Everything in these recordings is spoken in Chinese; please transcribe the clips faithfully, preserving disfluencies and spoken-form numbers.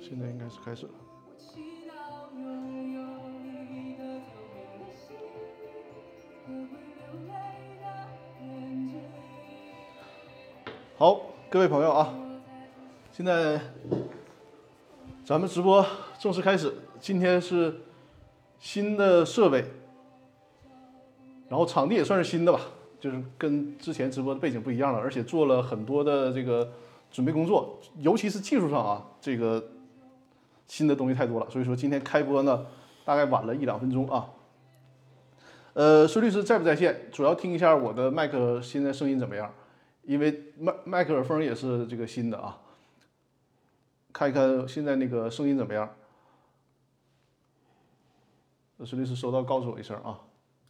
现在应该是开始了。好，各位朋友啊，现在咱们直播正式开始。今天是新的设备，然后场地也算是新的吧，就是跟之前直播的背景不一样了，而且做了很多的这个准备工作，尤其是技术上啊，这个新的东西太多了，所以说今天开播呢，大概晚了一两分钟啊。呃，孙律师在不在线？主要听一下我的麦克现在声音怎么样？因为麦麦克尔风也是这个新的啊，看一看现在那个声音怎么样？孙律师收到告诉我一声啊。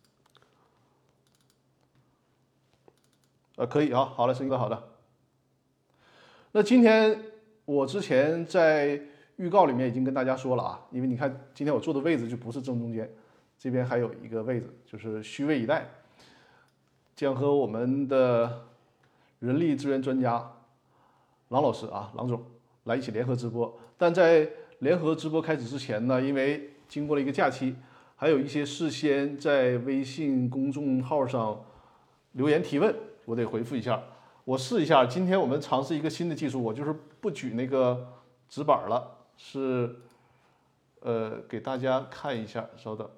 呃，可以啊，好了，声音好的。那今天我之前在预告里面已经跟大家说了啊，因为你看今天我坐的位置就不是正中间，这边还有一个位置，就是虚位以待，将和我们的人力资源专家郎老师啊，郎总来一起联合直播。但在联合直播开始之前呢，因为经过了一个假期，还有一些事先在微信公众号上留言提问，我得回复一下。我试一下，今天我们尝试一个新的技术，我就是不举那个纸板了，是呃给大家看一下，稍等，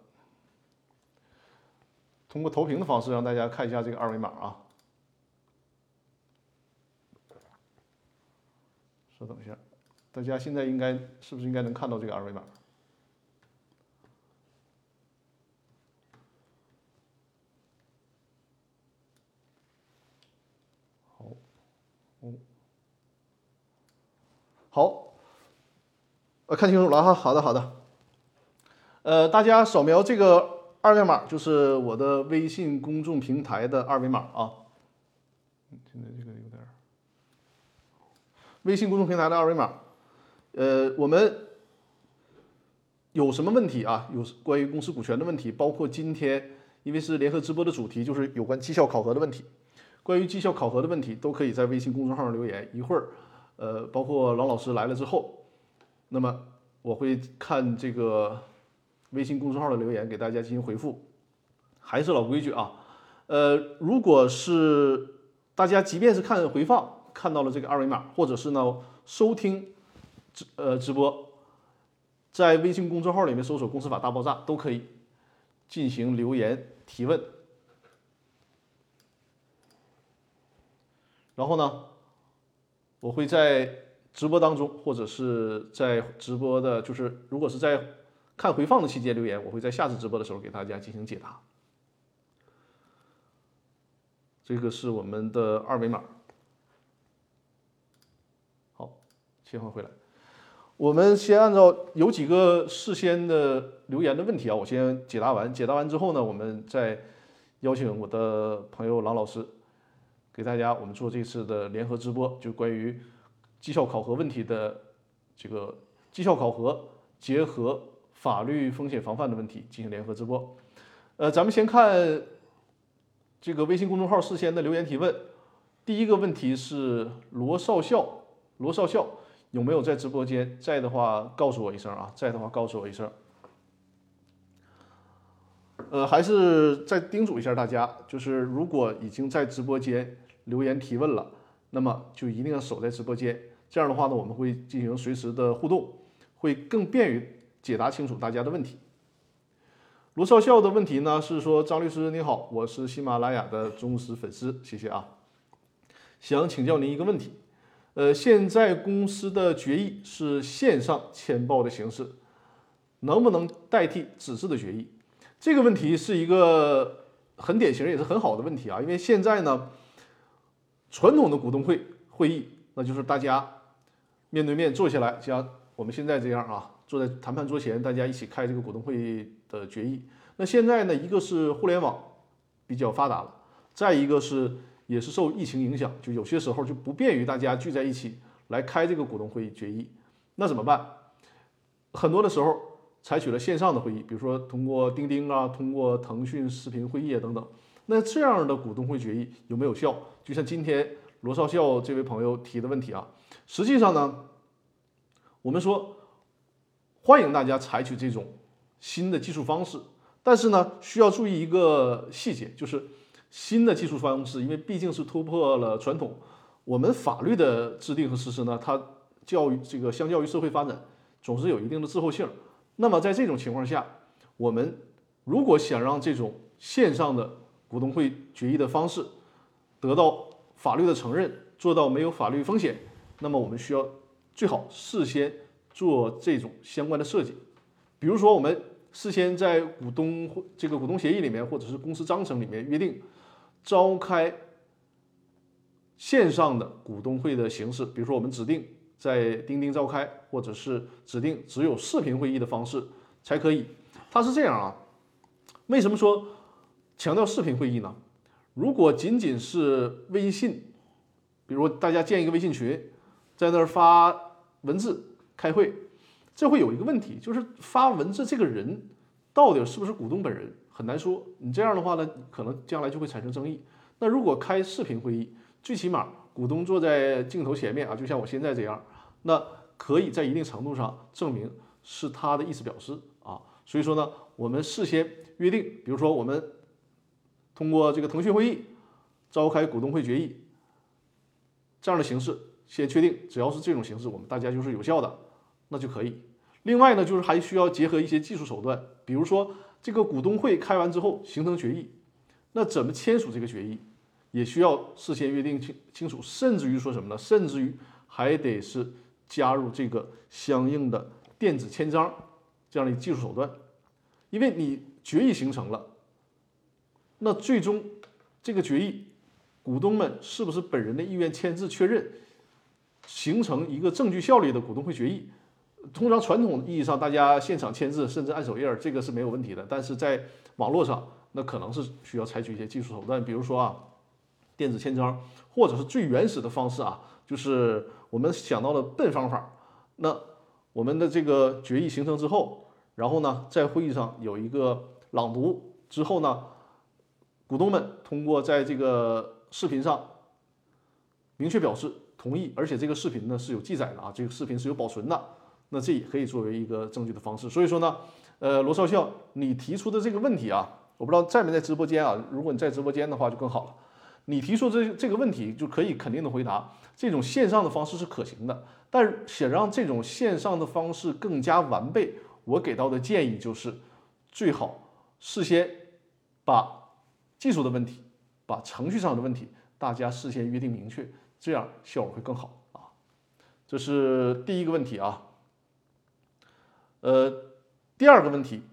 通过投屏的方式让大家看一下这个二维码啊。稍等一下，大家现在应该是不是应该能看到这个二维码？好，哦，好，呃，看清楚了哈，好的好的。呃，大家扫描这个二维码，就是我的微信公众平台的二维码啊。现在这个有点，微信公众平台的二维码。呃，我们有什么问题啊？有关于公司股权的问题，包括今天因为是联合直播的主题，就是有关绩效考核的问题。关于绩效考核的问题，都可以在微信公众号上留言。一会儿，呃，包括郎老师来了之后，那么我会看这个微信公众号的留言，给大家进行回复。还是老规矩啊，呃，如果是大家即便是看回放看到了这个二维码，或者是呢收听直呃直播，在微信公众号里面搜索"公司法大爆炸"都可以进行留言提问。然后呢，我会在直播当中，或者是在直播的，就是如果是在看回放的期间留言，我会在下次直播的时候给大家进行解答。这个是我们的二维码。好，切换回来。我们先按照有几个事先的留言的问题啊，我先解答完。解答完之后呢，我们再邀请我的朋友郎老师给大家我们做这次的联合直播，就关于绩效考核问题的这个绩效考核结合法律风险防范的问题进行联合直播。呃，咱们先看这个微信公众号事先的留言提问。第一个问题是罗少校，罗少校有没有在直播间？在的话告诉我一声啊，在的话告诉我一声。呃，还是再叮嘱一下大家，就是如果已经在直播间留言提问了，那么就一定要守在直播间。这样的话呢，我们会进行随时的互动，会更便于解答清楚大家的问题。罗少校的问题呢是说，张律师你好，我是喜马拉雅的忠实粉丝，谢谢啊。想请教您一个问题，呃，现在公司的决议是线上签报的形式，能不能代替纸质的决议？这个问题是一个很典型也是很好的问题啊，因为现在呢，传统的股东会会议，那就是大家面对面坐下来，像我们现在这样啊，坐在谈判桌前，大家一起开这个股东会议的决议。那现在呢，一个是互联网比较发达了，再一个是也是受疫情影响，就有些时候就不便于大家聚在一起来开这个股东会议决议。那怎么办？很多的时候采取了线上的会议，比如说通过钉钉啊，通过腾讯视频会议啊等等。那这样的股东会决议有没有效？就像今天罗少校这位朋友提的问题啊，实际上呢，我们说欢迎大家采取这种新的计数方式，但是呢，需要注意一个细节，就是新的计数方式，因为毕竟是突破了传统，我们法律的制定和实施呢，它教育这个相较于社会发展，总是有一定的滞后性。那么在这种情况下，我们如果想让这种线上的股东会决议的方式得到法律的承认，做到没有法律风险，那么我们需要最好事先做这种相关的设计。比如说，我们事先在股东这个股东协议里面，或者是公司章程里面约定，召开线上的股东会的形式，比如说我们指定在钉钉召开，或者是指定只有视频会议的方式才可以。它是这样啊，为什么说强调视频会议呢？如果仅仅是微信，比如大家建一个微信群，在那儿发文字开会，这会有一个问题，就是发文字这个人到底是不是股东本人，很难说。你这样的话呢，可能将来就会产生争议。那如果开视频会议，最起码股东坐在镜头前面啊，就像我现在这样，那可以在一定程度上证明是他的意思表示啊。所以说呢，我们事先约定，比如说我们通过这个腾讯会议召开股东会决议这样的形式，先确定，只要是这种形式，我们大家就是有效的，那就可以。另外呢，就是还需要结合一些技术手段，比如说这个股东会开完之后形成决议，那怎么签署这个决议，也需要事先约定清清楚，甚至于说什么呢？甚至于还得是加入这个相应的电子签章这样的技术手段，因为你决议形成了，那最终这个决议，股东们是不是本人的意愿签字确认，形成一个证据效力的股东会决议。通常传统意义上，大家现场签字甚至按手印，这个是没有问题的。但是在网络上，那可能是需要采取一些技术手段，比如说啊，电子签章，或者是最原始的方式啊，就是我们想到的笨方法。那我们的这个决议形成之后，然后呢，在会议上有一个朗读之后呢，股东们通过在这个视频上明确表示同意，而且这个视频呢是有记载的啊，这个视频是有保存的。那这也可以作为一个证据的方式。所以说呢，呃，罗少校，你提出的这个问题啊，我不知道在没在直播间啊？如果你在直播间的话就更好了。你提出这这个问题，就可以肯定的回答，这种线上的方式是可行的。但是想让这种线上的方式更加完备，我给到的建议就是，最好事先把技术的问题、把程序上的问题，大家事先约定明确，这样效果会更好啊。这是第一个问题啊。呃，第二个问题，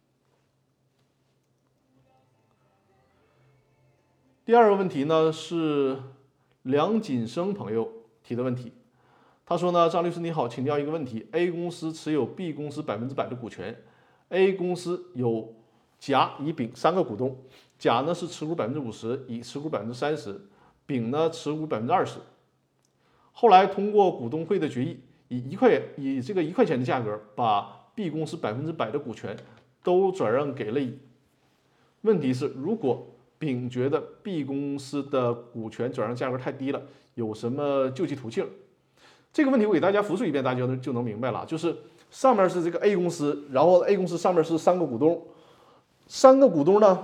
第二个问题呢是梁锦生朋友提的问题。他说呢，张律师你好，请教一个问题 ：A 公司持有 B 公司百分之百的股权 ，A 公司有甲、乙、丙三个股东，甲呢是持股百分之五十，乙持股百分之三十，丙呢持股百分之二十。后来通过股东会的决议，以一块以这个一块钱的价格把B 公司百分之百的股权都转让给了乙。问题是，如果丙觉得 B 公司的股权转让价格太低了，有什么救济途径？这个问题我给大家复述一遍，大家就就能明白了。就是上面是这个 A 公司，然后 A 公司上面是三个股东，三个股东呢，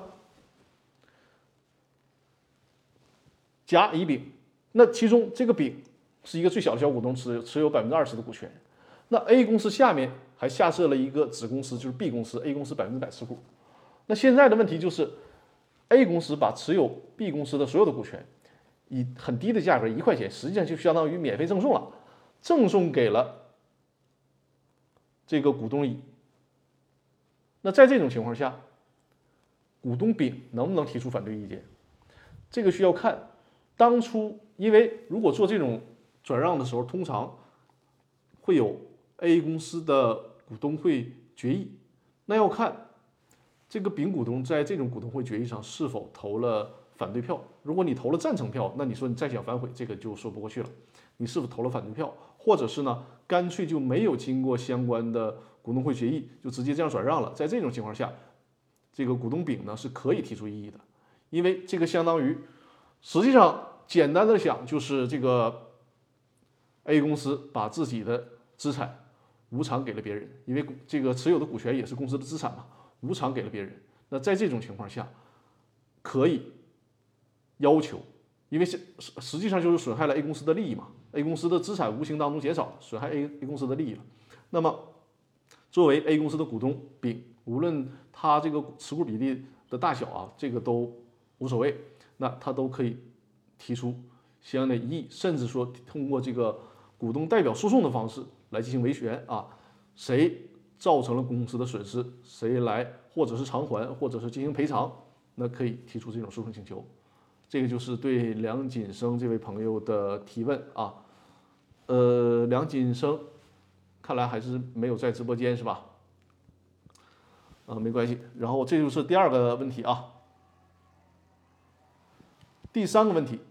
甲、乙、丙。那其中这个丙是一个最小的小股东，持持有百分之二十的股权。那 A 公司下面还下设了一个子公司，就是 B 公司 ，A 公司百分之百持股。那现在的问题就是 ，A 公司把持有 B 公司的所有的股权，以很低的价格一块钱，实际上就相当于免费赠送了，赠送给了这个股东乙。那在这种情况下，股东丙能不能提出反对意见？这个需要看当初，因为如果做这种转让的时候，通常会有 A 公司的股东会决议，那要看这个丙股东在这种股东会决议上是否投了反对票。如果你投了赞成票，那你说你再想反悔，这个就说不过去了。你是否投了反对票，或者是呢，干脆就没有经过相关的股东会决议，就直接这样转让了。在这种情况下，这个股东丙呢是可以提出异议的，因为这个相当于，实际上简单的想就是这个 A 公司把自己的资产无偿给了别人，因为这个持有的股权也是公司的资产嘛，无偿给了别人。那在这种情况下，可以要求，因为实实际上就是损害了 A 公司的利益嘛 ，A 公司的资产无形当中减少，损害 A A 公司的利益了。那么作为 A 公司的股东丙，无论他这个持股比例的大小啊，这个都无所谓，那他都可以提出相应的异议，甚至说通过这个股东代表诉讼的方式来进行维权啊，谁造成了公司的损失，谁来或者是偿还，或者是进行赔偿，那可以提出这种诉讼请求。这个就是对梁锦生这位朋友的提问啊。呃，梁锦生看来还是没有在直播间是吧？啊，没关系。然后这就是第二个问题啊。第三个问题，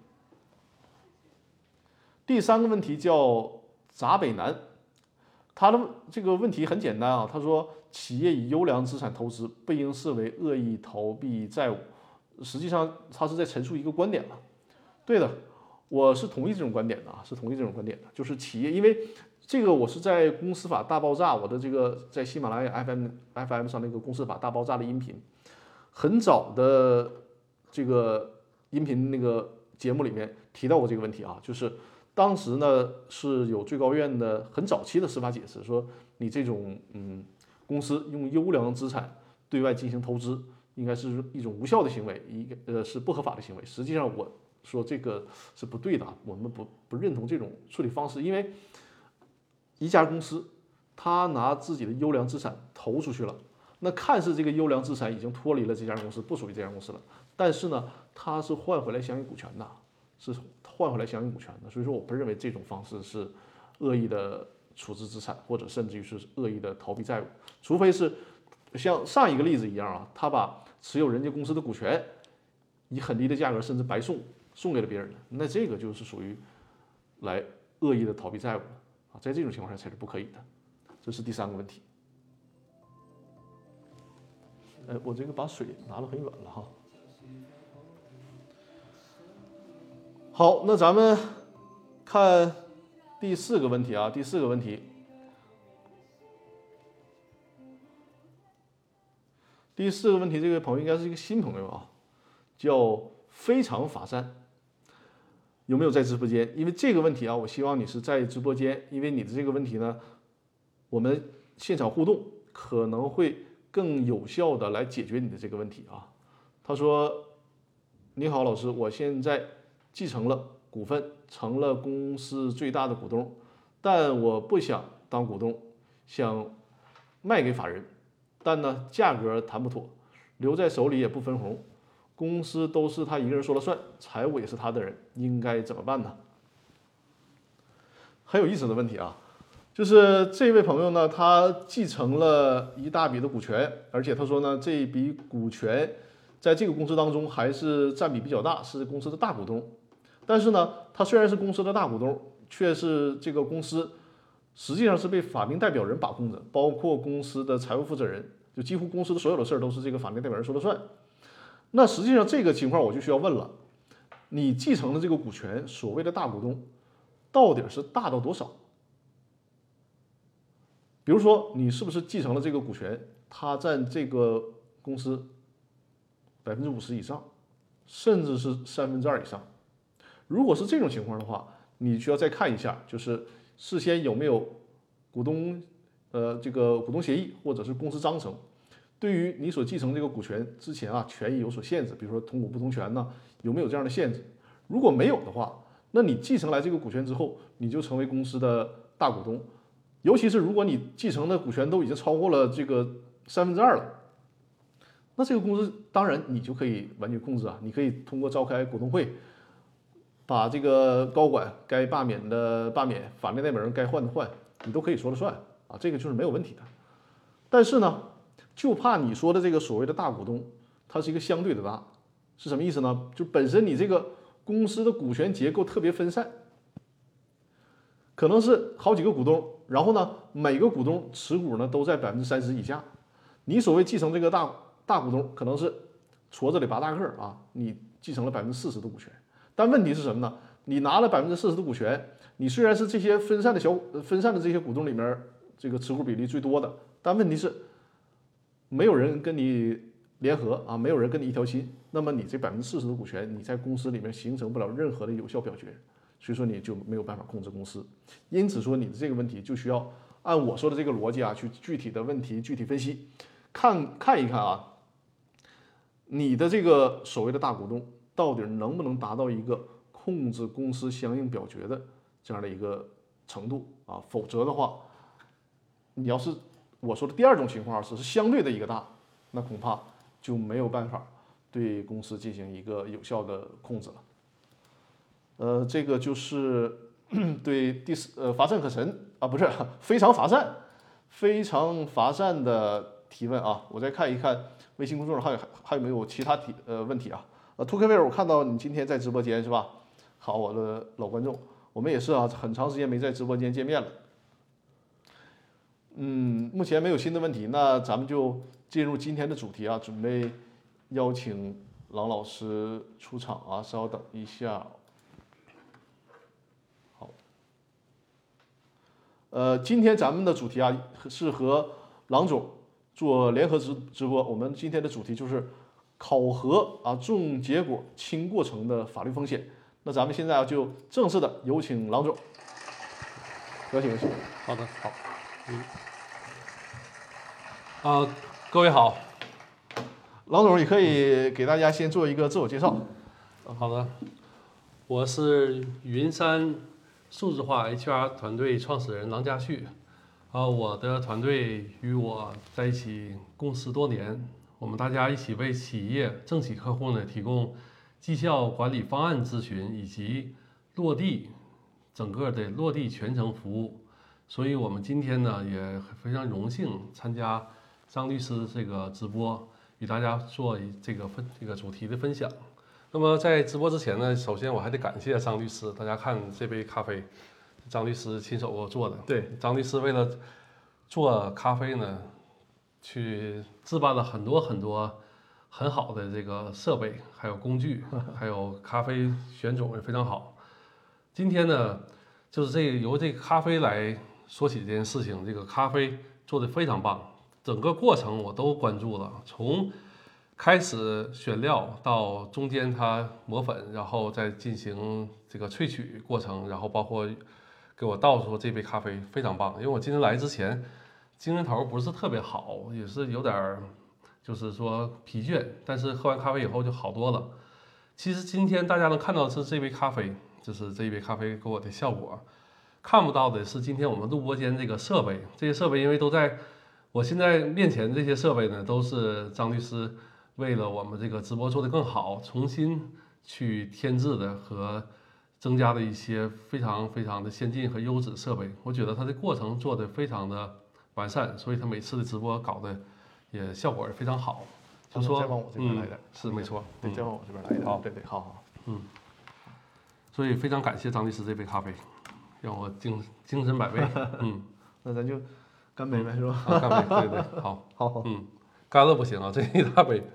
第三个问题叫闸北南，他的这个问题很简单啊。他说，企业以优良资产投资，不应视为恶意逃避债务。实际上，他是在陈述一个观点了。对的，我是同意这种观点的啊，是同意这种观点的。就是企业，因为这个我是在《公司法大爆炸》我的这个在喜马拉雅 F M F M 上那个《公司法大爆炸》的音频，很早的这个音频那个节目里面提到过这个问题啊，就是当时呢是有最高院的很早期的司法解释，说你这种嗯公司用优良资产对外进行投资，应该是一种无效的行为，一个呃是不合法的行为。实际上我说这个是不对的，我们不不认同这种处理方式，因为一家公司他拿自己的优良资产投出去了，那看似这个优良资产已经脱离了这家公司，不属于这家公司了，但是呢，它是换回来相应股权的，是换回来相应股权的。所以说，我不认为这种方式是恶意的处置资产，或者甚至于是恶意的逃避债务，除非是像上一个例子一样啊，他把持有人家公司的股权以很低的价格甚至白送送给了别人了，那这个就是属于来恶意的逃避债务了啊，在这种情况下才是不可以的。这是第三个问题。哎，我这个把水拿得很远了哈。好，那咱们看第四个问题啊，第四个问题，第四个问题，这位朋友应该是一个新朋友啊，叫非常法善，有没有在直播间？因为这个问题啊，我希望你是在直播间，因为你的这个问题呢，我们现场互动可能会更有效的来解决你的这个问题啊。他说：“你好，老师，我现在继承了股份，成了公司最大的股东，但我不想当股东，想卖给法人，但呢价格谈不妥，留在手里也不分红，公司都是他一个人说了算，财务也是他的人，应该怎么办呢？”很有意思的问题啊。就是这位朋友呢，他继承了一大笔的股权，而且他说呢，这一笔股权在这个公司当中还是占比比较大，是公司的大股东。但是呢，他虽然是公司的大股东，却是这个公司实际上是被法定代表人把控着，包括公司的财务负责人，就几乎公司的所有的事儿都是这个法定代表人说了算。那实际上这个情况我就需要问了，你继承的这个股权，所谓的大股东，到底是大到多少？比如说，你是不是继承了这个股权，它占这个公司百分之五十以上，甚至是三分之二以上？如果是这种情况的话，你需要再看一下，就是事先有没有股东呃这个股东协议或者是公司章程，对于你所继承这个股权之前啊，权益有所限制，比如说同股不同权呢，有没有这样的限制？如果没有的话，那你继承来这个股权之后，你就成为公司的大股东。尤其是如果你继承的股权都已经超过了这个三分之二了，那这个公司当然你就可以完全控制啊，你可以通过召开股东会，把这个高管该罢免的罢免，法定代表人该换的换，你都可以说了算啊，这个就是没有问题的。但是呢，就怕你说的这个所谓的大股东，它是一个相对的大，是什么意思呢？就本身你这个公司的股权结构特别分散，可能是好几个股东。然后呢，每个股东持股呢都在百分之三十以下。你所谓继承这个大大股东，可能是矬子里拔大个儿啊，你继承了百分之四十的股权。但问题是什么呢？你拿了百分之四十的股权，你虽然是这些分散的小分散的这些股东里面这个持股比例最多的。但问题是，没有人跟你联合啊，没有人跟你一条心，那么你这百分之四十的股权，你在公司里面形成不了任何的有效表决，所以说你就没有办法控制公司。因此说你的这个问题就需要按我说的这个逻辑啊，去具体的问题具体分析，看看一看啊，你的这个所谓的大股东到底能不能达到一个控制公司相应表决的这样的一个程度啊？否则的话，你要是我说的第二种情况是是相对的一个大，那恐怕就没有办法对公司进行一个有效的控制了。呃，这个就是对第四呃乏善可陈啊，不是非常乏善，非常乏善的提问啊。我再看一看微信公众号还有还有没有其他提呃问题啊？呃，图克威尔，我看到你今天在直播间是吧？好，我的老观众，我们也是啊，很长时间没在直播间见面了。嗯，目前没有新的问题，那咱们就进入今天的主题啊，准备邀请郎老师出场啊，稍等一下。好，呃，今天咱们的主题啊是和郎总做联合直直播，我们今天的主题就是考核啊重结果轻过程的法律风险。那咱们现在啊就正式的有请郎总，有请有请。 好的，好，嗯。啊、呃，各位好， 郎总，你可以给大家先做一个自我介绍。 好的，我是云山数字化 H R 团队创始人郎家旭。啊，我的团队与我在一起共事多年，我们大家一起为企业政企客户呢提供绩效管理方案咨询以及落地整个的落地全程服务。所以我们今天呢也非常荣幸参加张律师这个直播，与大家做这个分这个主题的分享。那么在直播之前呢，首先我还得感谢张律师。大家看这杯咖啡，张律师亲手给我做的。 对， 张律师为了做咖啡呢，去置办了很多很多很好的这个设备，还有工具，还有咖啡选种也非常好。今天呢，就是这个由这个咖啡来说起这件事情。这个咖啡做的非常棒。整个过程我都关注了，从开始选料到中间它磨粉，然后再进行这个萃取过程，然后包括给我倒出这杯咖啡非常棒。因为我今天来之前精神头不是特别好，也是有点就是说疲倦，但是喝完咖啡以后就好多了。其实今天大家能看到的是这杯咖啡，就是这一杯咖啡给我的效果，看不到的是今天我们录播间这个设备。这些设备因为都在我现在面前，这些设备呢都是张律师为了我们这个直播做得更好，重新去添置的和增加的一些非常非常的先进和优质设备。我觉得它的过程做得非常的完善，所以他每次的直播搞得也效果也非常好。就说再往我这边来的， 嗯、是没错， 对，再往我这边来的。 好， 对对，好好， 嗯。所以非常感谢张律师这杯咖啡，让我精精神百倍。嗯， 那咱就干杯呗，是吧？ 啊，干杯，对对，好， 好好， 嗯，干了不行啊，这一大杯，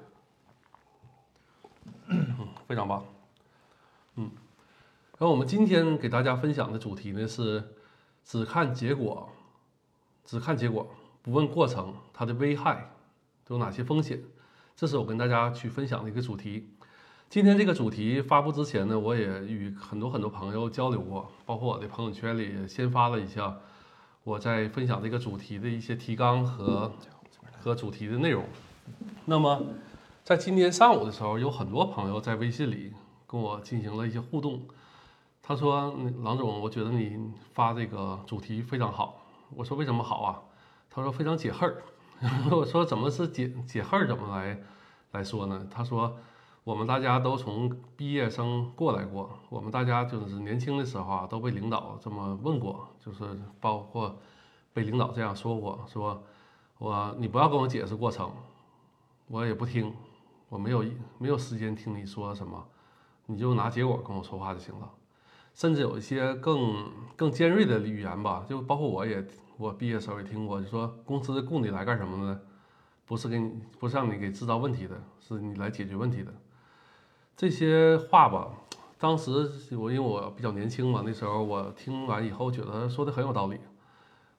嗯，非常棒，嗯。然后我们今天给大家分享的主题呢是只看结果，只看结果不问过程，它的危害都有哪些风险？这是我跟大家去分享的一个主题。今天这个主题发布之前呢，我也与很多很多朋友交流过，包括我的朋友圈里也先发了一下我在分享这个主题的一些提纲和和主题的内容。那么在今天上午的时候，有很多朋友在微信里跟我进行了一些互动。他说：“郎总，我觉得你发这个主题非常好。”我说：“为什么好啊？”他说：“非常解恨儿。”我说：“怎么是解解恨儿？怎么来来说呢？”他说：“我们大家都从毕业生过来过，我们大家就是年轻的时候啊，都被领导这么问过，就是包括被领导这样说过，说我你不要跟我解释过程，我也不听，我没有没有时间听你说什么，你就拿结果跟我说话就行了。”甚至有一些更更尖锐的语言吧，就包括我也我毕业的时候也听过，就说公司雇你来干什么呢？不是给你不是让你给制造问题的，是你来解决问题的。这些话吧，当时我因为我比较年轻嘛，那时候我听完以后觉得说的很有道理。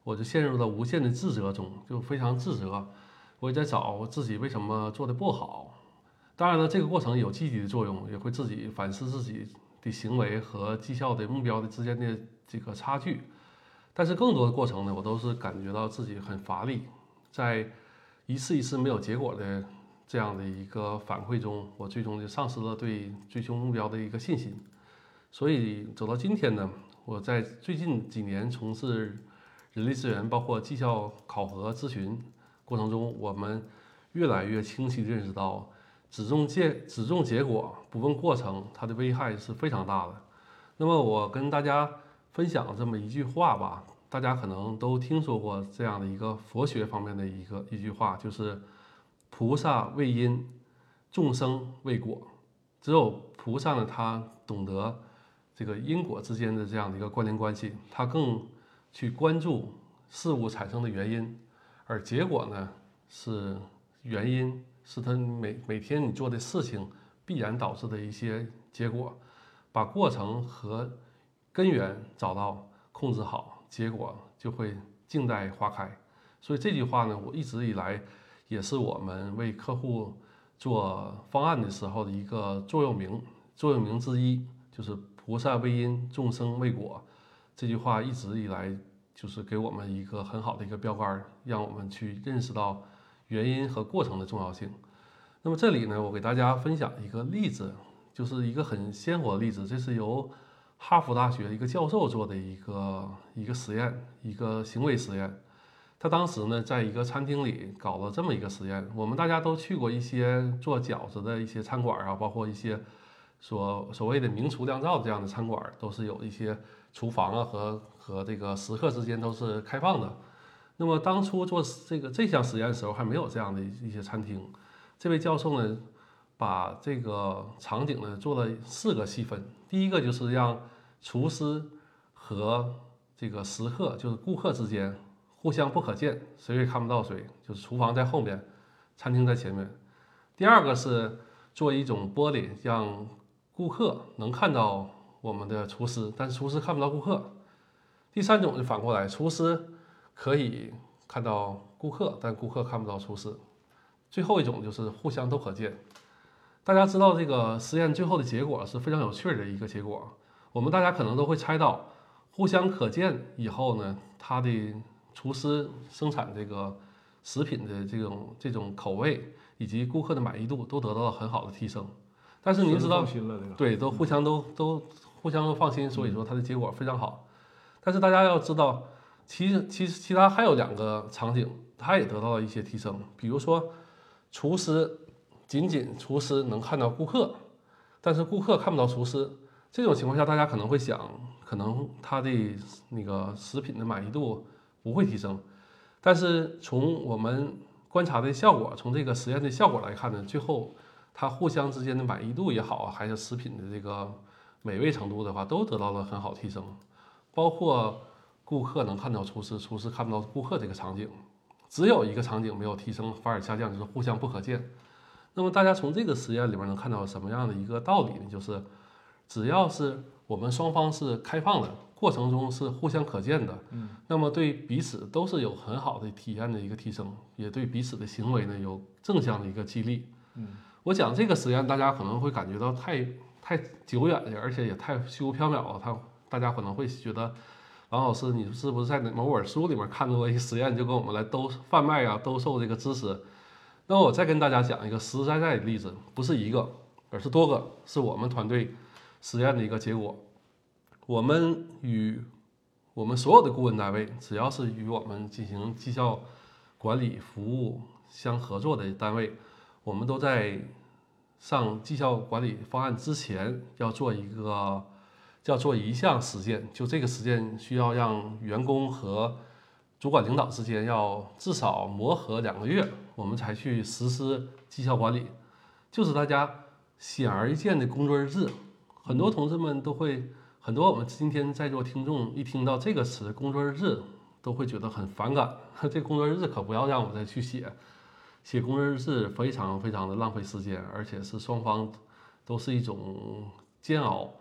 我就陷入了无限的自责中，就非常自责。我也在找自己为什么做的不好。当然了，这个过程有积极的作用，也会自己反思自己的行为和绩效的目标的之间的这个差距。但是更多的过程呢，我都是感觉到自己很乏力，在一次一次没有结果的这样的一个反馈中，我最终就丧失了对追求目标的一个信心。所以走到今天呢，我在最近几年从事人力资源，包括绩效考核咨询过程中，我们越来越清晰地认识到，只重结只重结果，不问过程，它的危害是非常大的。那么我跟大家分享这么一句话吧，大家可能都听说过这样的一个佛学方面的一个一句话，就是菩萨为因，众生为果。只有菩萨呢，他懂得这个因果之间的这样的一个关联关系，他更去关注事物产生的原因，而结果呢是原因，是他每每天你做的事情必然导致的一些结果，把过程和根源找到，控制好，结果就会静待花开。所以这句话呢，我一直以来也是我们为客户做方案的时候的一个座右铭，座右铭之一，就是菩萨为因，众生为果。这句话一直以来就是给我们一个很好的一个标杆，让我们去认识到原因和过程的重要性。那么这里呢，我给大家分享一个例子，就是一个很鲜活的例子，这是由哈佛大学一个教授做的一个一个实验，一个行为实验。他当时呢，在一个餐厅里搞了这么一个实验。我们大家都去过一些做饺子的一些餐馆啊，包括一些所所谓的明厨亮灶这样的餐馆，都是有一些厨房啊和和这个食客之间都是开放的。那么当初做这个这项实验的时候，还没有这样的一些餐厅。这位教授呢，把这个场景呢做了四个细分。第一个就是让厨师和这个食客，就是顾客之间互相不可见，谁也看不到谁，就是厨房在后面，餐厅在前面。第二个是做一种玻璃，让顾客能看到我们的厨师，但是厨师看不到顾客。第三种就反过来，厨师可以看到顾客，但顾客看不到厨师。最后一种就是互相都可见。大家知道这个实验最后的结果是非常有趣的一个结果，我们大家可能都会猜到，互相可见以后呢，他的厨师生产这个食品的这种这种口味以及顾客的满意度都得到了很好的提升。但是您知道，对，都互相都都互相都放心，所以说它的结果非常好。但是大家要知道，其实其实其他还有两个场景，它也得到了一些提升。比如说，厨师仅仅厨师能看到顾客，但是顾客看不到厨师。这种情况下，大家可能会想，可能他的那个食品的满意度不会提升。但是从我们观察的效果，从这个实验的效果来看呢，最后它互相之间的满意度也好，还是食品的这个美味程度的话，都得到了很好提升。包括顾客能看到厨师，厨师看不到顾客这个场景，只有一个场景没有提升，反而下降，就是互相不可见。那么大家从这个实验里面能看到什么样的一个道理呢？就是只要是我们双方是开放的，过程中是互相可见的，嗯，那么对彼此都是有很好的体验的一个提升，也对彼此的行为呢有正向的一个激励。嗯，我讲这个实验，大家可能会感觉到太太久远了，而且也太虚无缥缈了。他大家可能会觉得，王老师，你是不是在某本书里面看过一个实验，就跟我们来兜贩卖啊、兜售这个知识？那我再跟大家讲一个实实在在的例子，不是一个，而是多个，是我们团队实验的一个结果。我们与我们所有的顾问单位，只要是与我们进行绩效管理服务相合作的单位，我们都在上绩效管理方案之前要做一个要做一项实践，就这个实践需要让员工和主管领导之间要至少磨合两个月，我们才去实施绩效管理。就是大家显而易见的工作日志，很多同志们都会，很多我们今天在座听众一听到这个词工作日志，都会觉得很反感。这工作日志可不要让我再去写，写工作日志非常非常的浪费时间，而且是双方都是一种煎熬。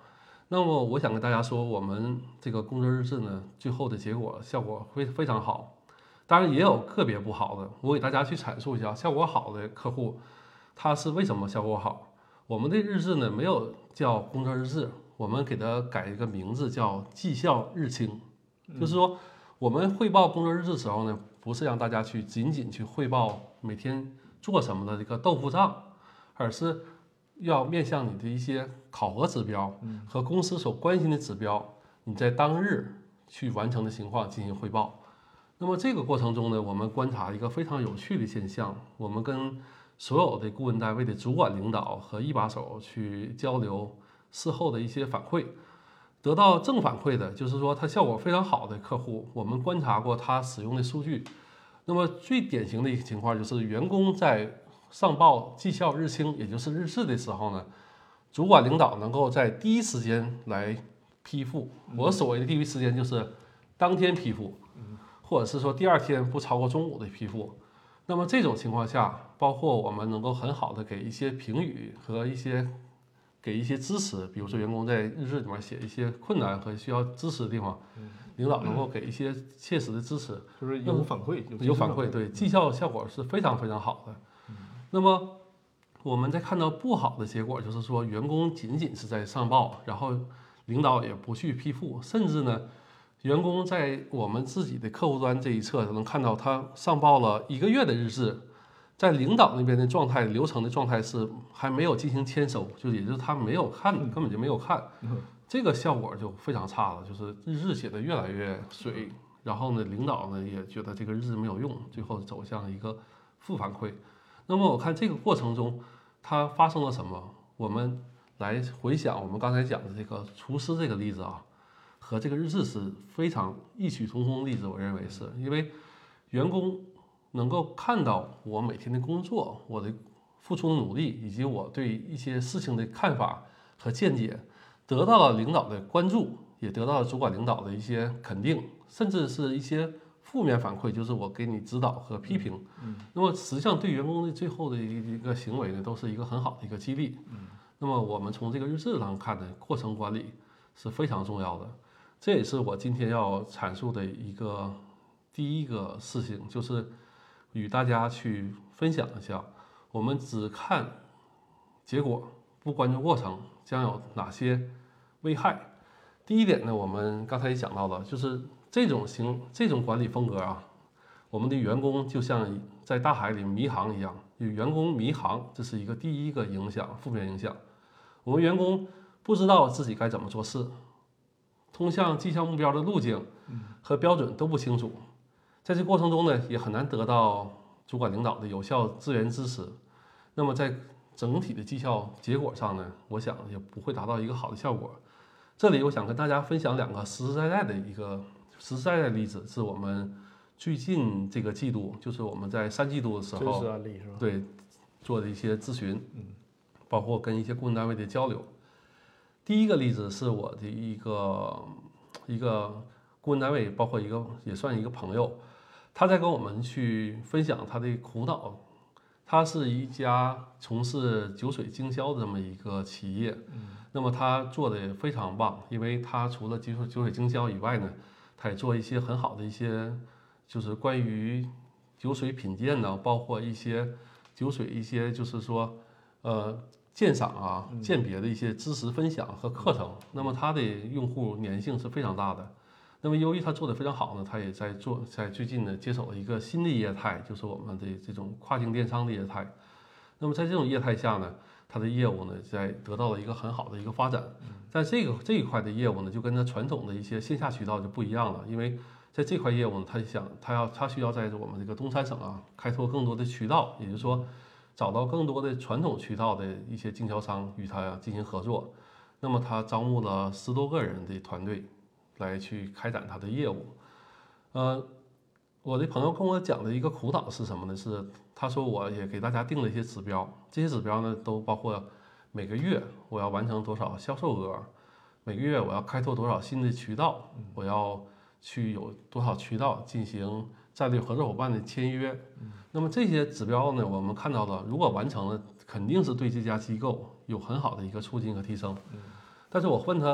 那么我想跟大家说，我们这个工作日志呢，最后的结果效果非非常好，当然也有个别不好的，我给大家去阐述一下效果好的客户，他是为什么效果好。我们的日志呢没有叫工作日志，我们给它改一个名字叫绩效日清，就是说我们汇报工作日志的时候呢，不是让大家去仅仅去汇报每天做什么的这个豆腐账，而是要面向你的一些考核指标和公司所关心的指标，你在当日去完成的情况进行汇报。那么这个过程中呢，我们观察一个非常有趣的现象，我们跟所有的顾问单位的主管领导和一把手去交流事后的一些反馈，得到正反馈的，就是说它效果非常好的客户，我们观察过他使用的数据。那么最典型的一个情况就是员工在上报绩效日清，也就是日志的时候呢，主管领导能够在第一时间来批复。我所谓的第一时间就是当天批复，或者是说第二天不超过中午的批复。那么这种情况下，包括我们能够很好的给一些评语和一些给一些支持，比如说员工在日志里面写一些困难和需要支持的地方，领导能够给一些切实的支持， 就是有反馈， 有反馈，对，绩效效果是非常非常好的。那么我们在看到不好的结果，就是说员工仅仅是在上报，然后领导也不去批复，甚至呢，员工在我们自己的客户端这一侧能看到他上报了一个月的日志，在领导那边的状态流程的状态是还没有进行签收，就也就是他没有看，根本就没有看，这个效果就非常差了，就是日志写的越来越水，然后呢，领导呢也觉得这个日志没有用，最后走向一个负反馈。那么我看这个过程中，它发生了什么？我们来回想我们刚才讲的这个厨师这个例子啊，和这个日志是非常异曲同工的例子。我认为是因为员工能够看到我每天的工作，我的付出的努力，以及我对一些事情的看法和见解，得到了领导的关注，也得到了主管领导的一些肯定，甚至是一些负面反馈，就是我给你指导和批评。嗯，那么实际上对员工的最后的一个行为呢，都是一个很好的一个激励。嗯，那么我们从这个日志上看呢，过程管理是非常重要的。这也是我今天要阐述的一个第一个事情，就是与大家去分享一下，我们只看结果，不关注过程，将有哪些危害。第一点呢，我们刚才也讲到了，就是这种行这种管理风格啊，我们的员工就像在大海里迷航一样，与员工迷航，这是一个第一个影响，负面影响。我们员工不知道自己该怎么做事，通向绩效目标的路径和标准都不清楚，在这过程中呢，也很难得到主管领导的有效资源支持。那么在整体的绩效结果上呢，我想也不会达到一个好的效果。这里我想跟大家分享两个实实在在的一个实实在在的例子，是我们最近这个季度，就是我们在三季度的时候， 真实案例是吧？ 对，做的一些咨询，嗯，包括跟一些顾问单位的交流。第一个例子是我的一个一个顾问单位，包括一个也算一个朋友，他在跟我们去分享他的苦恼。他是一家从事酒水经销的这么一个企业，嗯，那么他做的也非常棒，因为他除了酒水酒水经销以外呢，他也做一些很好的一些，就是关于酒水品鉴呢，包括一些酒水一些就是说，呃，鉴赏啊、鉴别的一些知识分享和课程。那么他的用户粘性是非常大的。那么由于他做的非常好呢，他也在做，在最近呢接手了一个新的业态，就是我们的这种跨境电商的业态。那么在这种业态下呢，他的业务呢在得到了一个很好的一个发展。在这个这一块的业务呢，就跟他传统的一些线下渠道就不一样了，因为在这块业务呢，他想他要他需要在我们这个东三省啊开拓更多的渠道，也就是说找到更多的传统渠道的一些经销商与他进行合作。那么他招募了十多个人的团队来去开展他的业务。呃，我的朋友跟我讲的一个苦恼是什么呢？是他说我也给大家定了一些指标，这些指标呢都包括每个月我要完成多少销售额，每个月我要开拓多少新的渠道，我要去有多少渠道进行战略合作伙伴的签约。那么这些指标呢，我们看到了，如果完成了，肯定是对这家机构有很好的一个促进和提升。但是我问他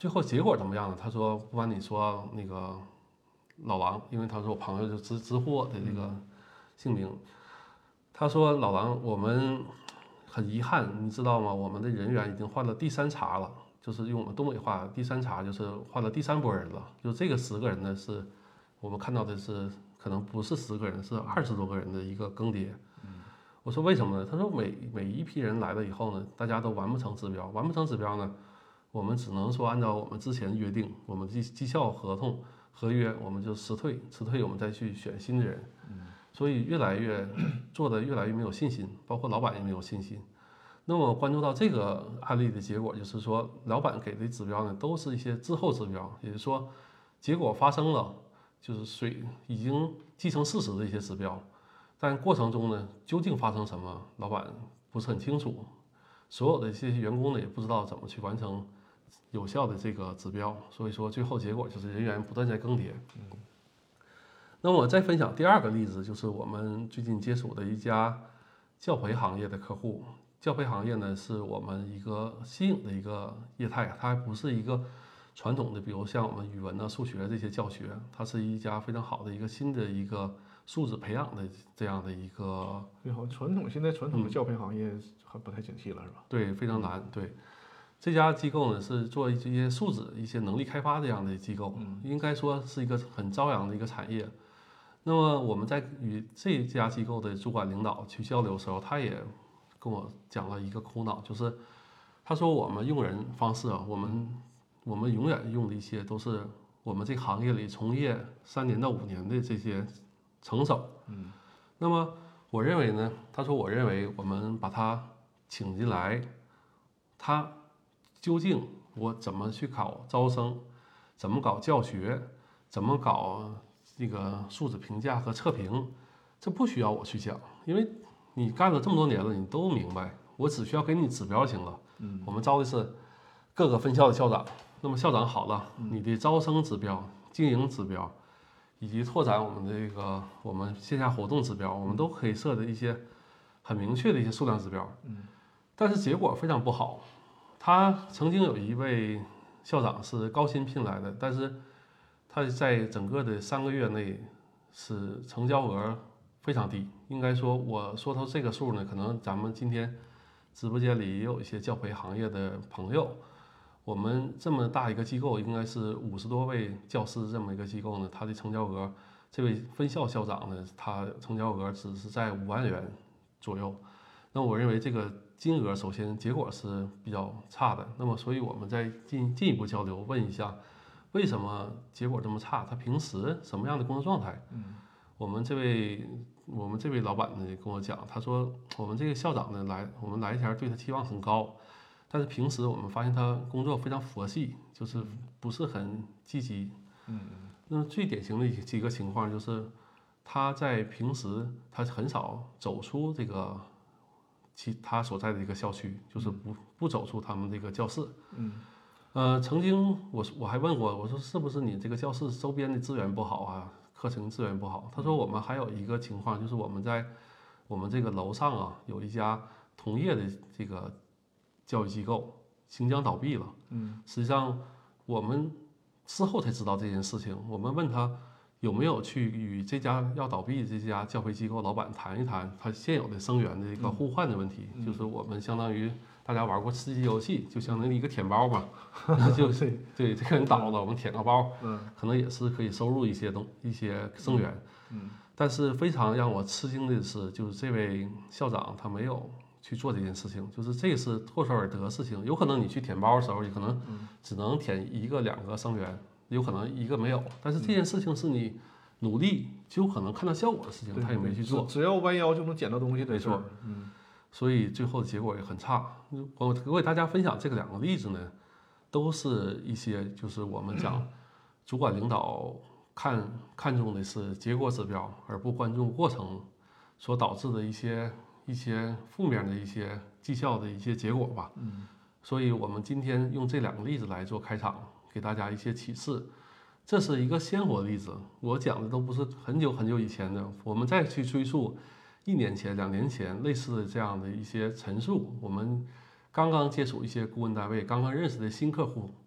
最后结果怎么样呢？他说不瞒你说，那个老狼，因为他说我朋友就直直呼我的这个姓名，他说老狼，我们很遗憾，你知道吗？我们的人员已经换了第三茬了，就是用我们东北话，第三茬就是换了第三波人了。就这个十个人呢，是我们看到的是可能不是十个人，是二十多个人的一个更迭。我说为什么呢？他说每每一批人来了以后呢，大家都完不成指标，完不成指标呢，我们只能说按照我们之前约定，我们绩绩效合同合约，我们就辞退，辞退我们再去选新的人。所以越来越做的越来越没有信心，包括老板也没有信心。那么关注到这个案例的结果，就是说老板给的指标呢，都是一些滞后指标，也就是说结果发生了，就是水已经既成事实的一些指标。但过程中呢，究竟发生什么，老板不是很清楚，所有的这些员工呢也不知道怎么去完成有效的这个指标，所以说最后结果就是人员不断在更迭。那么我再分享第二个例子，就是我们最近接触的一家教培行业的客户。教培行业呢是我们一个新颖的一个业态，它还不是一个传统的，比如像我们语文啊、数学这些教学，它是一家非常好的一个新的一个素质培养的这样的一个。 对，好，传统现在传统的教培行业还不太景气了，是吧？ 对，非常难。对，这家机构呢是做一些素质、一些能力开发这样的机构，应该说是一个很朝阳的一个产业。那么我们在与这家机构的主管领导去交流的时候，他也跟我讲了一个苦恼，就是他说我们用人方式啊，我们我们永远用的一些都是我们这个行业里从业三年到五年的这些成手。嗯，那么我认为呢，他说我认为我们把他请进来，他究竟我怎么去搞招生，怎么搞教学，怎么搞这个素质评价和测评，这不需要我去讲，因为你干了这么多年了，你都明白，我只需要给你指标就行了。嗯，我们招的是各个分校的校长，那么校长好了，你的招生指标、经营指标，以及拓展我们的这个我们线下活动指标，我们都可以设的一些很明确的一些数量指标。嗯，但是结果非常不好。他曾经有一位校长是高薪聘来的，但是他在整个的三个月内是成交额非常低。应该说，我说到这个数呢，可能咱们今天直播间里也有一些教培行业的朋友。我们这么大一个机构，应该是五十多位教师这么一个机构呢，它的成交额，这位分校校长呢，他成交额只是在五万元左右。那我认为这个金额首先结果是比较差的。那么，所以我们再进进一步交流，问一下为什么结果这么差？他平时什么样的工作状态？嗯，我们这位我们这位老板呢跟我讲，他说我们这个校长呢来，我们来前对他期望很高。但是平时我们发现他工作非常佛系，就是不是很积极。嗯，那么最典型的几个情况就是，他在平时他很少走出这个其他所在的一个校区，就是不不走出他们这个教室。嗯，呃，曾经我我还问过，我说是不是你这个教室周边的资源不好啊，课程资源不好？他说我们还有一个情况，就是我们在我们这个楼上啊有一家同业的这个教育机构行将倒闭了。嗯，实际上我们事后才知道这件事情。我们问他有没有去与这家要倒闭的这家教培机构老板谈一谈他现有的生源的一个互换的问题。嗯、就是我们相当于大家玩过吃鸡游戏，就相当于一个舔包嘛，就是对这个人倒了，我们舔个包，嗯，可能也是可以收入一些东一些生源。嗯，但是非常让我吃惊的是，就是这位校长他没有去做这件事情，就是这是唾手而得的事情。有可能你去舔包的时候，你可能只能舔一个两个生源，有可能一个没有。但是这件事情是你努力就有可能看到效果的事情，他也没去做。 只要弯腰就能捡到东西， 没错。嗯，所以最后的结果也很差。我我给大家分享这个两个例子呢，都是一些就是我们讲主管领导看看重的是结果指标，而不关注过程所导致的一些。一些负面的一些绩效的一些结果吧。嗯，所以我们今天用这两个例子来做开场，给大家一些启示。这是一个鲜活的例子，我讲的都不是很久很久以前的。我们再去追溯一年前、两年前类似的这样的一些陈述，我们刚刚接触一些顾问单位，刚刚认识的新客户，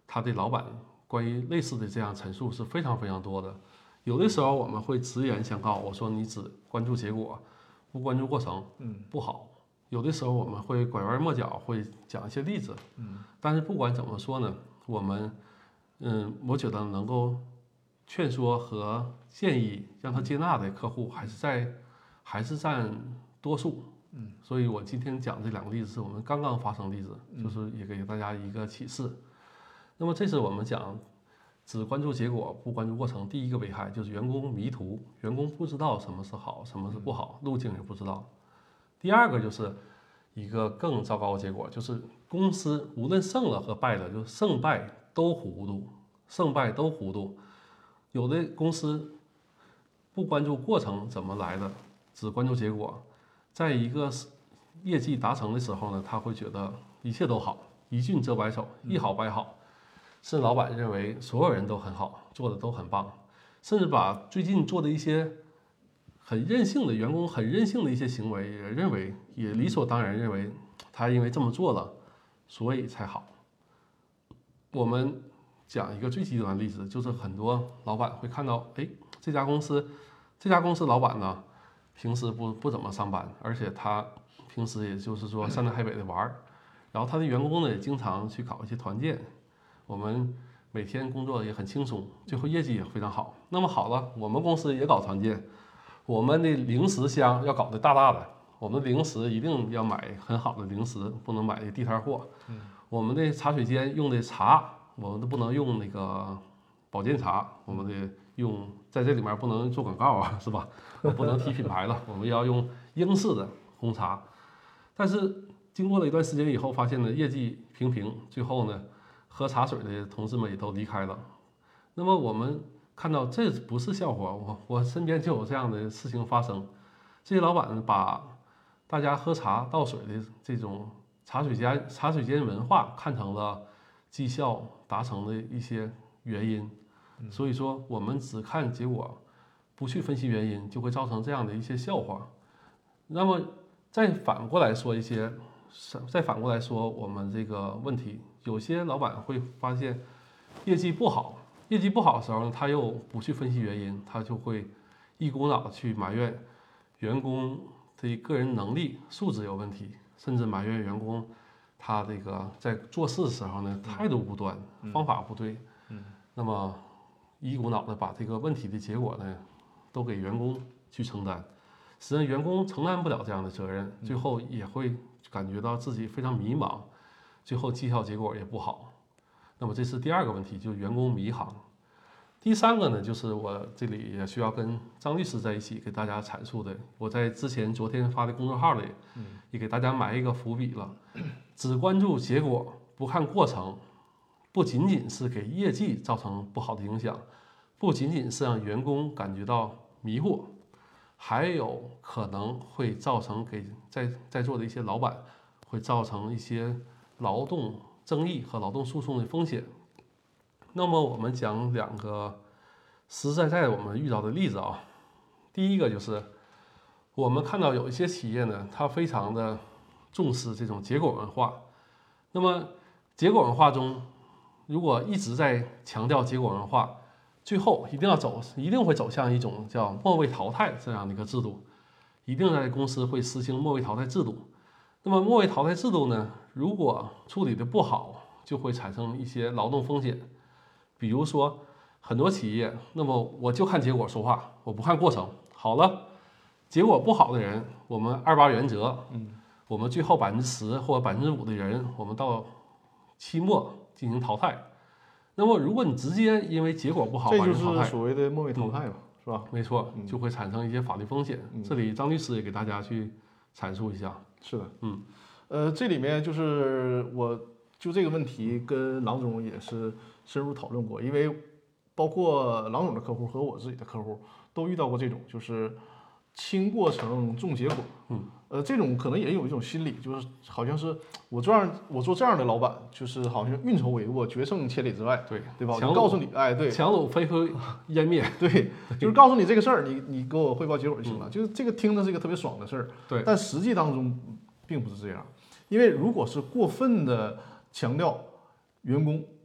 他的老板关于类似的这样陈述是非常非常多的。有的时候我们会直言相告，我说你只关注结果，不关注过程，嗯，不好。有的时候我们会拐弯抹角，会讲一些例子，嗯，但是不管怎么说呢，我们，嗯，我觉得能够劝说和建议让他接纳的客户还是在，还是占多数，嗯，所以我今天讲这两个例子是我们刚刚发生的例子，就是也给大家一个启示。那么这次我们讲。只关注结果不关注过程，第一个危害就是员工迷途，员工不知道什么是好，什么是不好，路径也不知道。第二个就是一个更糟糕的结果，就是公司无论胜了和败了，就胜败都糊涂，胜败都糊涂。有的公司不关注过程怎么来的，只关注结果，在一个业绩达成的时候呢，他会觉得一切都好，一俊遮百丑，一好百好。是老板认为所有人都很好，做的都很棒，甚至把最近做的一些很任性的员工很任性的一些行为，也认为也理所当然认为他因为这么做了，所以才好。我们讲一个最极端的例子，就是很多老板会看到，哎，这家公司这家公司老板呢，平时不不怎么上班，而且他平时也就是说山南海北的玩，然后他的员工呢也经常去搞一些团建。我们每天工作也很轻松，最后业绩也非常好。那么好了，我们公司也搞团建，我们的零食箱要搞得大大的，我们的零食一定要买很好的零食，不能买地摊货。嗯，我们的茶水间用的茶，我们都不能用那个保健茶，我们得用在这里面不能做广告啊，是吧？不能提品牌了，我们要用英式的红茶。但是经过了一段时间以后，发现呢业绩平平，最后呢。喝茶水的同志们也都离开了。那么我们看到这不是笑话，我我身边就有这样的事情发生。这些老板把大家喝茶倒水的这种茶水间茶水间文化看成了绩效达成的一些原因，所以说我们只看结果，不去分析原因，就会造成这样的一些笑话。那么再反过来说一些，再反过来说我们这个问题。有些老板会发现业绩不好，业绩不好的时候呢，他又不去分析原因，他就会一股脑的去埋怨员工的个人能力素质有问题，甚至埋怨员工他这个在做事的时候呢态度不端，方法不对，嗯，那么一股脑的把这个问题的结果呢都给员工去承担，实际上员工承担不了这样的责任，最后也会感觉到自己非常迷茫。最后绩效结果也不好，那么这是第二个问题，就是员工迷航。第三个呢，就是我这里也需要跟张律师在一起给大家阐述的。我在之前昨天发的公众号里，也给大家埋一个伏笔了。只关注结果不看过程，不仅仅是给业绩造成不好的影响，不仅仅是让员工感觉到迷惑，还有可能会造成给在在座的一些老板会造成一些劳动争议和劳动诉讼的风险。那么我们讲两个实实在在我们遇到的例子啊。第一个就是我们看到有一些企业呢，它非常的重视这种结果文化。那么结果文化中，如果一直在强调结果文化，最后一定要走，一定会走向一种叫末位淘汰这样的一个制度，一定在公司会实行末位淘汰制度。那么末位淘汰制度呢，如果处理的不好，就会产生一些劳动风险。比如说很多企业，那么我就看结果说话，我不看过程。好了，结果不好的人，我们二八原则，嗯，我们最后百分之十或者百分之五的人，我们到期末进行淘汰。那么如果你直接因为结果不好， 这就是所谓的末位淘汰嘛，嗯、是吧？ 没错，就会产生一些法律风险。嗯、这里张律师也给大家去阐述一下。 是的，嗯，呃，这里面就是我就这个问题跟郎总也是深入讨论过，因为包括郎总的客户和我自己的客户都遇到过这种，就是轻过程重结果。嗯，呃，这种可能也有一种心理，就是好像是我这样我做这样的老板，就是好像运筹帷幄，决胜千里之外， 对对吧？我就告诉你，哎，对， 强弩飞灰烟灭， 对，就是告诉你这个事儿，你你给我汇报结果就行了。嗯、就是这个听着是一个特别爽的事儿， 对， 但实际当中并不是这样，因为如果是过分的强调员工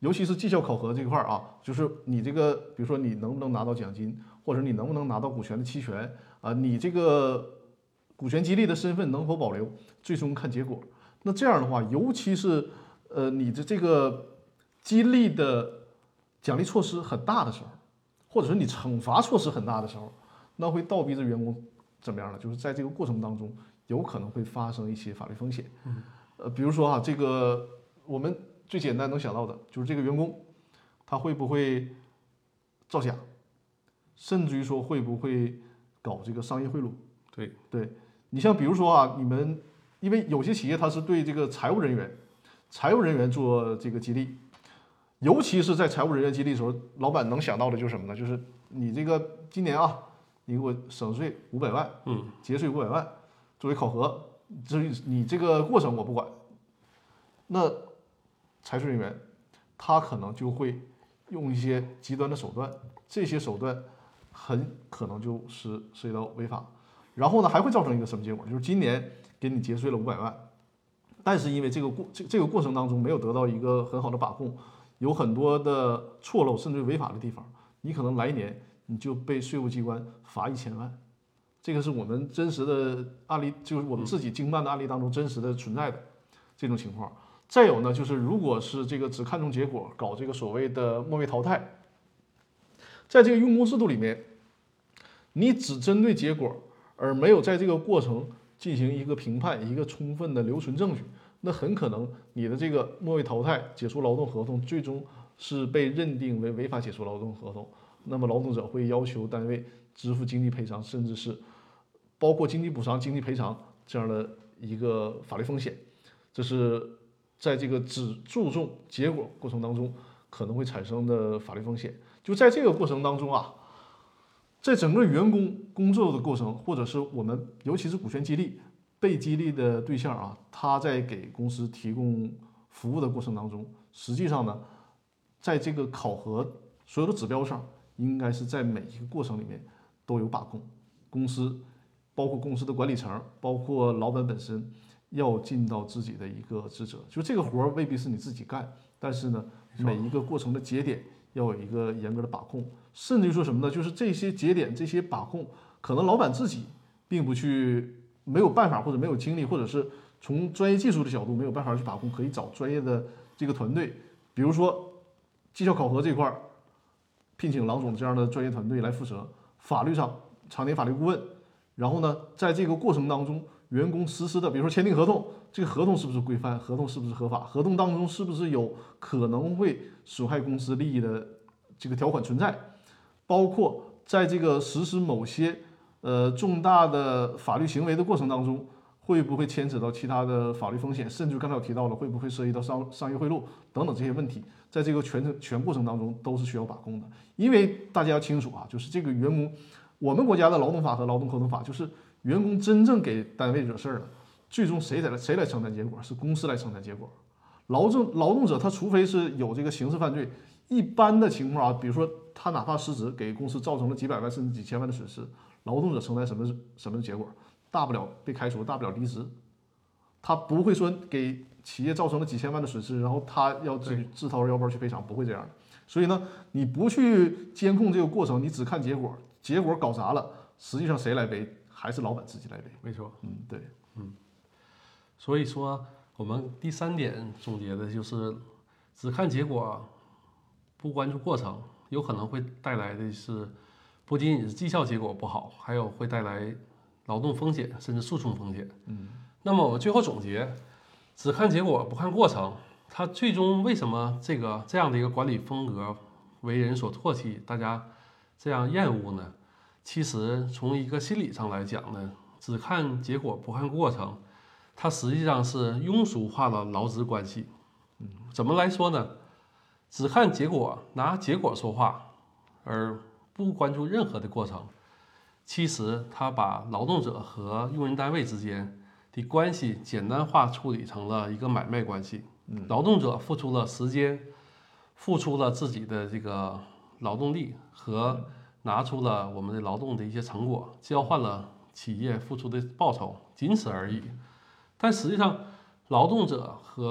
尤其是绩效考核这块儿啊，就是你这个，比如说你能不能拿到奖金，或者你能不能拿到股权的期权啊，你这个股权激励的身份能否保留，最终看结果。那这样的话，尤其是呃你的这个激励的奖励措施很大的时候，或者是你惩罚措施很大的时候，那会倒逼着员工怎么样呢？就是在这个过程当中，有可能会发生一些法律风险。呃，比如说啊，这个我们最简单能想到的就是这个员工，他会不会造假，甚至于说会不会搞这个商业贿赂？ 对对，你像比如说啊，你们因为有些企业它是对这个财务人员、财务人员做这个激励，尤其是在财务人员激励的时候，老板能想到的就是什么呢？就是你这个今年啊，你给我省税五百万， 嗯， 节税五百万，作为考核，至于你这个过程我不管。那财税人员他可能就会用一些极端的手段，这些手段很可能就是涉及到违法，然后呢还会造成一个什么结果？就是今年给你节税了五百万，但是因为这个过这这个过程当中没有得到一个很好的把控，有很多的错漏甚至违法的地方，你可能来年你就被税务机关罚一千万。这个是我们真实的案例，就是我们自己经办的案例当中真实的存在的这种情况。再有呢，就是如果是这个只看重结果，搞这个所谓的末位淘汰，在这个用工制度里面，你只针对结果，而没有在这个过程进行一个评判，一个充分的留存证据，那很可能你的这个末位淘汰解除劳动合同，最终是被认定为违法解除劳动合同。那么劳动者会要求单位支付经济赔偿，甚至是包括经济补偿、经济赔偿这样的一个法律风险。这是在这个只注重结果过程当中可能会产生的法律风险。就在这个过程当中啊，在整个员工工作的过程，或者是我们尤其是股权激励被激励的对象啊，他在给公司提供服务的过程当中，实际上呢，在这个考核所有的指标上，应该是在每一个过程里面都有把控。公司包括公司的管理层，包括老板本身，要尽到自己的一个职责。就这个活儿未必是你自己干，但是呢，每一个过程的节点要有一个严格的把控。甚至于说什么呢？就是这些节点、这些把控，可能老板自己并不去，没有办法，或者没有精力，或者是从专业技术的角度没有办法去把控，可以找专业的这个团队，比如说绩效考核这块儿，聘请郎总这样的专业团队来负责；法律上常年法律顾问，然后呢，在这个过程当中，员工实施的，比如说签订合同，这个合同是不是规范，合同是不是合法，合同当中是不是有可能会损害公司利益的这个条款存在，包括在这个实施某些呃重大的法律行为的过程当中，会不会牵扯到其他的法律风险，甚至刚才我提到了会不会涉及到商商业贿赂等等这些问题，在这个全程全过程当中都是需要把控的。因为大家要清楚啊，就是这个员工，我们国家的劳动法和劳动合同法，就是员工真正给单位惹事儿了，最终谁来谁来承担结果？是公司来承担结果。劳动劳动者他除非是有这个刑事犯罪，一般的情况啊，比如说他哪怕失职给公司造成了几百万甚至几千万的损失，劳动者承担什么什么结果？大不了被开除，大不了离职。他不会说给企业造成了几千万的损失，然后他要自己自掏腰包去赔偿，不会这样的。所以呢，你不去监控这个过程，你只看结果，结果搞砸了，实际上谁来背？还是老板自己来背。 没错， 嗯，对， 嗯。所以说，我们第三点总结的就是，只看结果，不关注过程，有可能会带来的是，不仅仅是绩效结果不好，还有会带来劳动风险，甚至诉讼风险。 嗯。 那么我们最后总结，只看结果不看过程，它最终为什么这个这样的一个管理风格为人所唾弃，大家这样厌恶呢？其实从一个心理上来讲呢，只看结果不看过程，它实际上是庸俗化了劳资关系。嗯，怎么来说呢？只看结果，拿结果说话，而不关注任何的过程，其实它把劳动者和用人单位之间的关系简单化处理成了一个买卖关系。嗯，劳动者付出了时间，付出了自己的这个劳动力和拿出了我们的劳动的一些成果，交换了企业付出的报酬，仅此而已。但实际上，劳动者和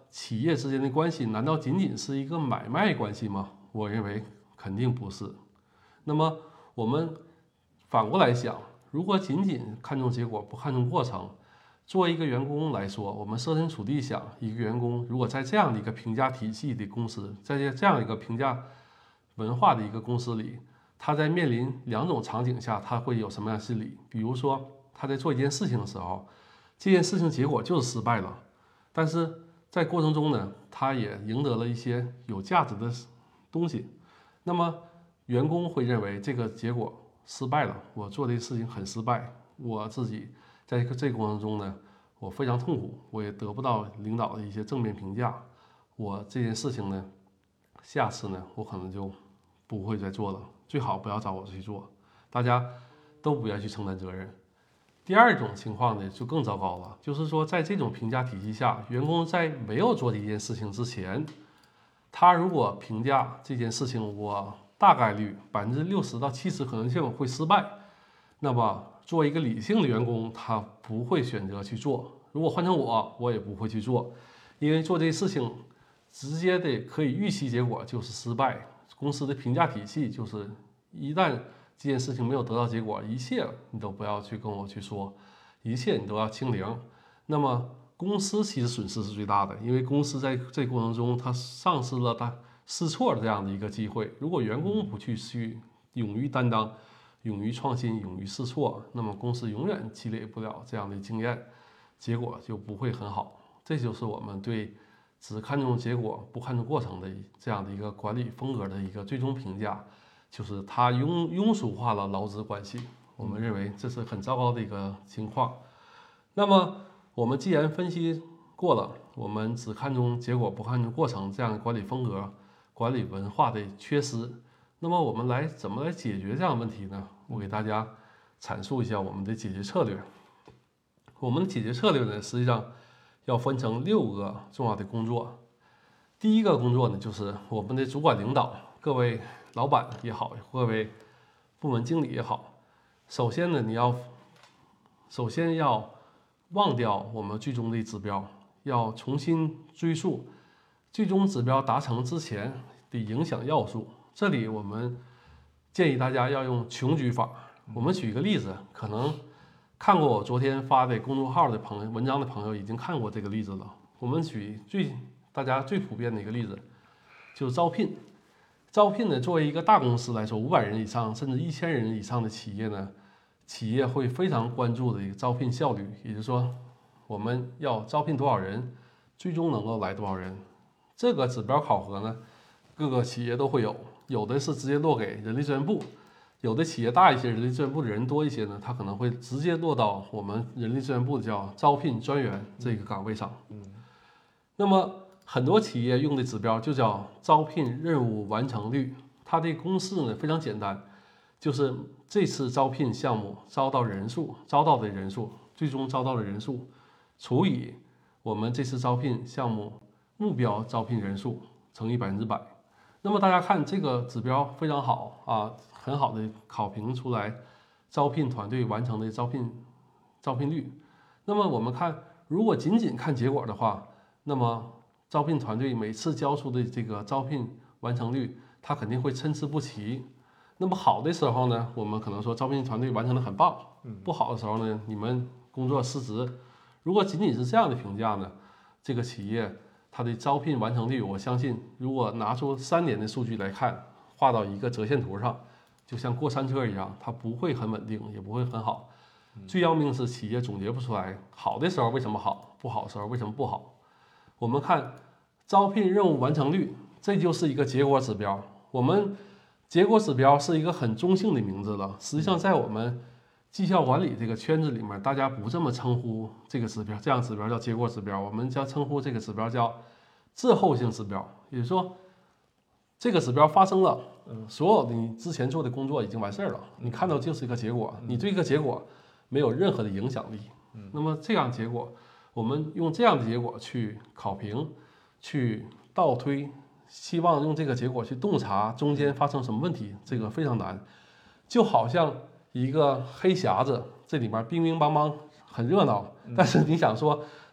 企业之间的关系难道仅仅是一个买卖关系吗？我认为肯定不是。那么我们反过来想，如果仅仅看重结果不看重过程，作为一个员工来说，我们设身处地想，一个员工如果在这样的一个评价体系的公司，在这样一个评价文化的一个公司里，他在面临两种场景下，他会有什么样的心理？比如说他在做一件事情的时候，这件事情结果就是失败了，但是在过程中呢，他也赢得了一些有价值的东西。那么员工会认为这个结果失败了，我做的事情很失败，我自己在这个过程中呢，我非常痛苦，我也得不到领导的一些正面评价，我这件事情呢，下次呢，我可能就不会再做了，最好不要找我去做，大家都不要去承担责任。第二种情况呢，就更糟糕了，就是说在这种评价体系下，员工在没有做这件事情之前，他如果评价这件事情，我大概率百分之六十到七十可能性会失败，那么作为一个理性的员工，他不会选择去做。如果换成我，我也不会去做，因为做这些事情直接的可以预期结果就是失败。公司的评价体系就是一旦这件事情没有得到结果，一切你都不要去跟我去说，一切你都要清零。那么公司其实损失是最大的，因为公司在这过程中它丧失了它试错这样的一个机会。如果员工不去去勇于担当、勇于创新、勇于试错，那么公司永远积累不了这样的经验，结果就不会很好。这就是我们对只看重结果不看重过程的这样的一个管理风格的一个最终评价。就是它庸庸俗化了劳资关系，我们认为这是很糟糕的一个情况。那么我们既然分析过了，我们只看重结果不看重过程这样的管理风格、管理文化的缺失，那么我们来怎么来解决这样的问题呢？我给大家阐述一下我们的解决策略。我们的解决策略呢，实际上要分成六个重要的工作。第一个工作呢，就是我们的主管领导，各位老板也好，各位部门经理也好，首先呢，你要首先要忘掉我们最终的指标，要重新追溯最终指标达成之前的影响要素。这里我们建议大家要用穷举法。我们举一个例子，可能看过我昨天发的公众号的朋友文章的朋友已经看过这个例子了。我们举最大家最普遍的一个例子，就是招聘。招聘呢，作为一个大公司来说，五百人以上甚至一千人以上的企业呢，企业会非常关注的一个招聘效率，也就是说，我们要招聘多少人，最终能够来多少人。这个指标考核呢，各个企业都会有，有的是直接落给人力资源部，有的企业大一些，人力资源部的人多一些呢，它可能会直接落到我们人力资源部的叫招聘专员这个岗位上。嗯，那么很多企业用的指标就叫招聘任务完成率，它的公式呢非常简单，就是这次招聘项目招到人数，招到的人数，最终招到的人数除以我们这次招聘项目目标招聘人数乘以百分之百。那么大家看这个指标非常好啊，很好的考评出来招聘团队完成的招聘招聘率。那么我们看，如果仅仅看结果的话，那么招聘团队每次交出的这个招聘完成率，它肯定会参差不齐。那么好的时候呢，我们可能说招聘团队完成的很棒；不好的时候呢，你们工作失职。如果仅仅是这样的评价呢，这个企业它的招聘完成率，我相信如果拿出三年的数据来看，画到一个折线图上，就像过山车一样，它不会很稳定，也不会很好。最要命是企业总结不出来，好的时候为什么好，不好的时候为什么不好。我们看招聘任务完成率，这就是一个结果指标。我们结果指标是一个很中性的名字了，实际上在我们绩效管理这个圈子里面，大家不这么称呼这个指标，这样指标叫结果指标，我们叫称呼这个指标叫滞后性指标。也就是说，这个指标发生了，所有你之前做的工作已经完事儿了，你看到就是一个结果，你对这个结果没有任何的影响力。那么这样结果，我们用这样的结果去考评，去倒推，希望用这个结果去洞察中间发生什么问题，这个非常难。就好像一个黑匣子，这里面乒乒乓乓很热闹，但是你想说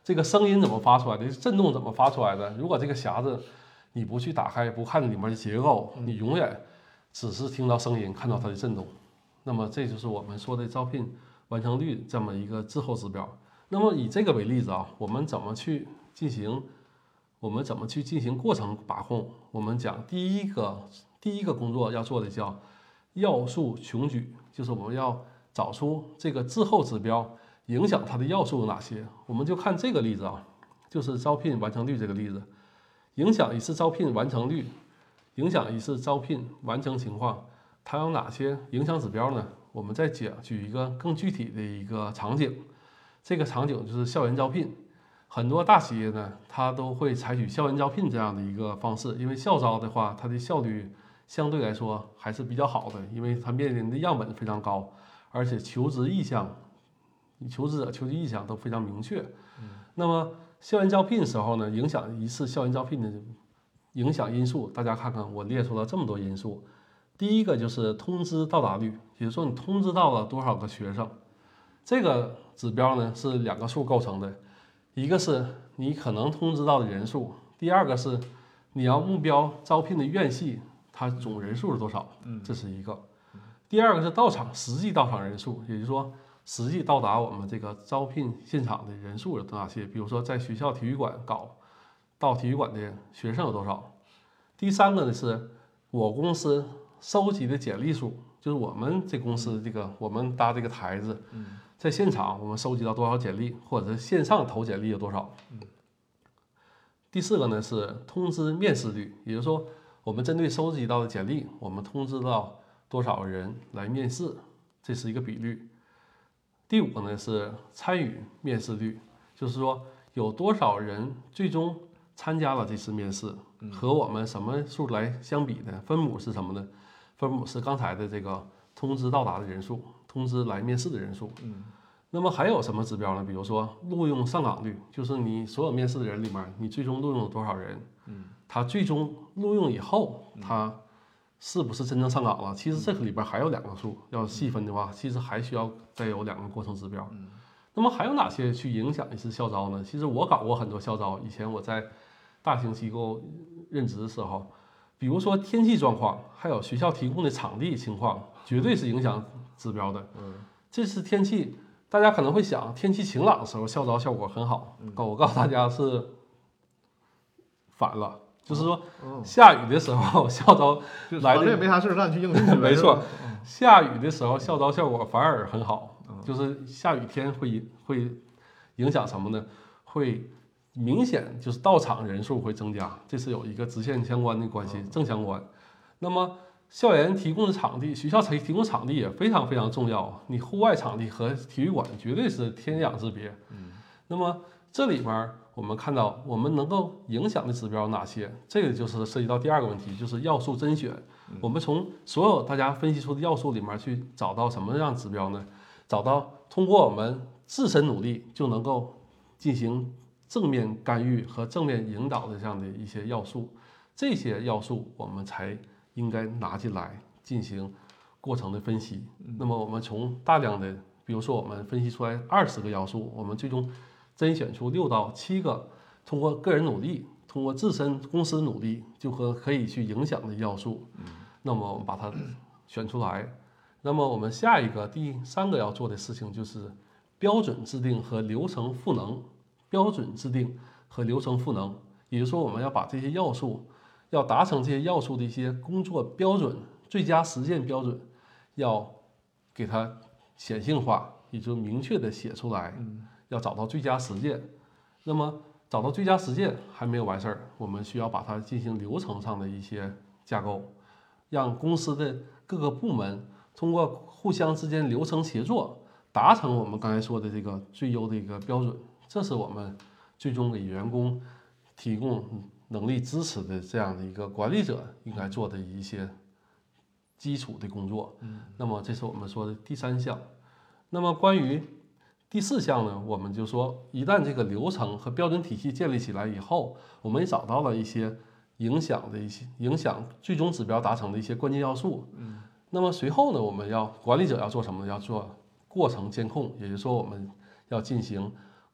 这个声音怎么发出来的，震动怎么发出来的。如果这个匣子你不去打开，不看里面的结构，你永远只是听到声音，看到它的震动。那么这就是我们说的招聘完成率这么一个滞后指标。那么以这个为例子啊，我们怎么去进行？我们怎么去进行过程把控？我们讲第一个第一个工作要做的叫要素穷举，就是我们要找出这个滞后指标影响它的要素有哪些。我们就看这个例子啊，就是招聘完成率这个例子，影响一次招聘完成率，影响一次招聘完成情况，它有哪些影响指标呢？我们再讲举一个更具体的一个场景，这个场景就是校园招聘。很多大企业呢，它都会采取校园招聘这样的一个方式，因为校招的话，它的效率相对来说还是比较好的，因为它面临的样本非常高，而且求职意向、求职者求职意向都非常明确。那么校园招聘的时候呢，影响一次校园招聘的影响因素，大家看看我列出了这么多因素。第一个就是通知到达率，也就是说你通知到了多少个学生，这个指标呢是两个数构成的。一个是你可能通知到的人数，第二个是你要目标招聘的院系，它总人数是多少，这是一个。第二个是到场实际到场人数，也就是说实际到达我们这个招聘现场的人数有哪些？比如说在学校体育馆搞，到体育馆的学生有多少？第三个呢是我公司收集的简历数，就是我们这公司这个我们搭这个台子。在现场我们收集到多少简历，或者是线上投简历有多少？第四个呢是通知面试率，也就是说我们针对收集到的简历，我们通知到多少人来面试，这是一个比率。第五个呢是参与面试率，就是说有多少人最终参加了这次面试，和我们什么数来相比呢？分母是什么呢？分母是刚才的这个通知到达的人数。通知来面试的人数，嗯，那么还有什么指标呢？比如说录用上岗率，就是你所有面试的人里面，你最终录用了多少人？嗯，他最终录用以后，他是不是真正上岗了？其实这个里边还有两个数，要细分的话，其实还需要再有两个过程指标。嗯，那么还有哪些去影响一次校招呢？其实我搞过很多校招，以前我在大型机构任职的时候，比如说天气状况，还有学校提供的场地情况，绝对是影响指标的。嗯，这次天气，大家可能会想，天气晴朗的时候校招效果很好。嗯，我告诉大家是反了，就是说下雨的时候校招来的也没啥事干去应聘去。 没错，下雨的时候校招效果反而很好。就是下雨天会会影响什么呢？会明显就是到场人数会增加，这是有一个直线相关的关系，正相关。那么校园提供的场地，学校提供场地也非常非常重要。你户外场地和体育馆绝对是天壤之别。嗯，那么这里面我们看到我们能够影响的指标有哪些？这个就是涉及到第二个问题，就是要素甄选。我们从所有大家分析出的要素里面去找到什么样指标呢？找到通过我们自身努力就能够进行正面干预和正面引导的这样的一些要素，这些要素我们才应该拿进来进行过程的分析。那么我们从大量的，比如说我们分析出来二十个要素，我们最终甄选出六到七个通过个人努力，通过自身公司努力就和可以去影响的要素。那么我们把它选出来。那么我们下一个第三个要做的事情就是标准制定和流程赋能。标准制定和流程赋能，也就是说我们要把这些要素，要达成这些要素的一些工作标准、最佳实践标准，要给它显性化，也就明确的写出来。要找到最佳实践。那么找到最佳实践还没有完事儿，我们需要把它进行流程上的一些架构，让公司的各个部门通过互相之间流程协作，达成我们刚才说的这个最优的一个标准。这是我们最终给员工提供能力支持的这样的一个管理者应该做的一些基础的工作。那么这是我们说的第三项。那么关于第四项呢，我们就说一旦这个流程和标准体系建立起来以后，我们也找到了一些影响的一些影响最终指标达成的一些关键要素。那么随后呢，我们要管理者要做什么呢？要做过程监控，也就是说我们要进行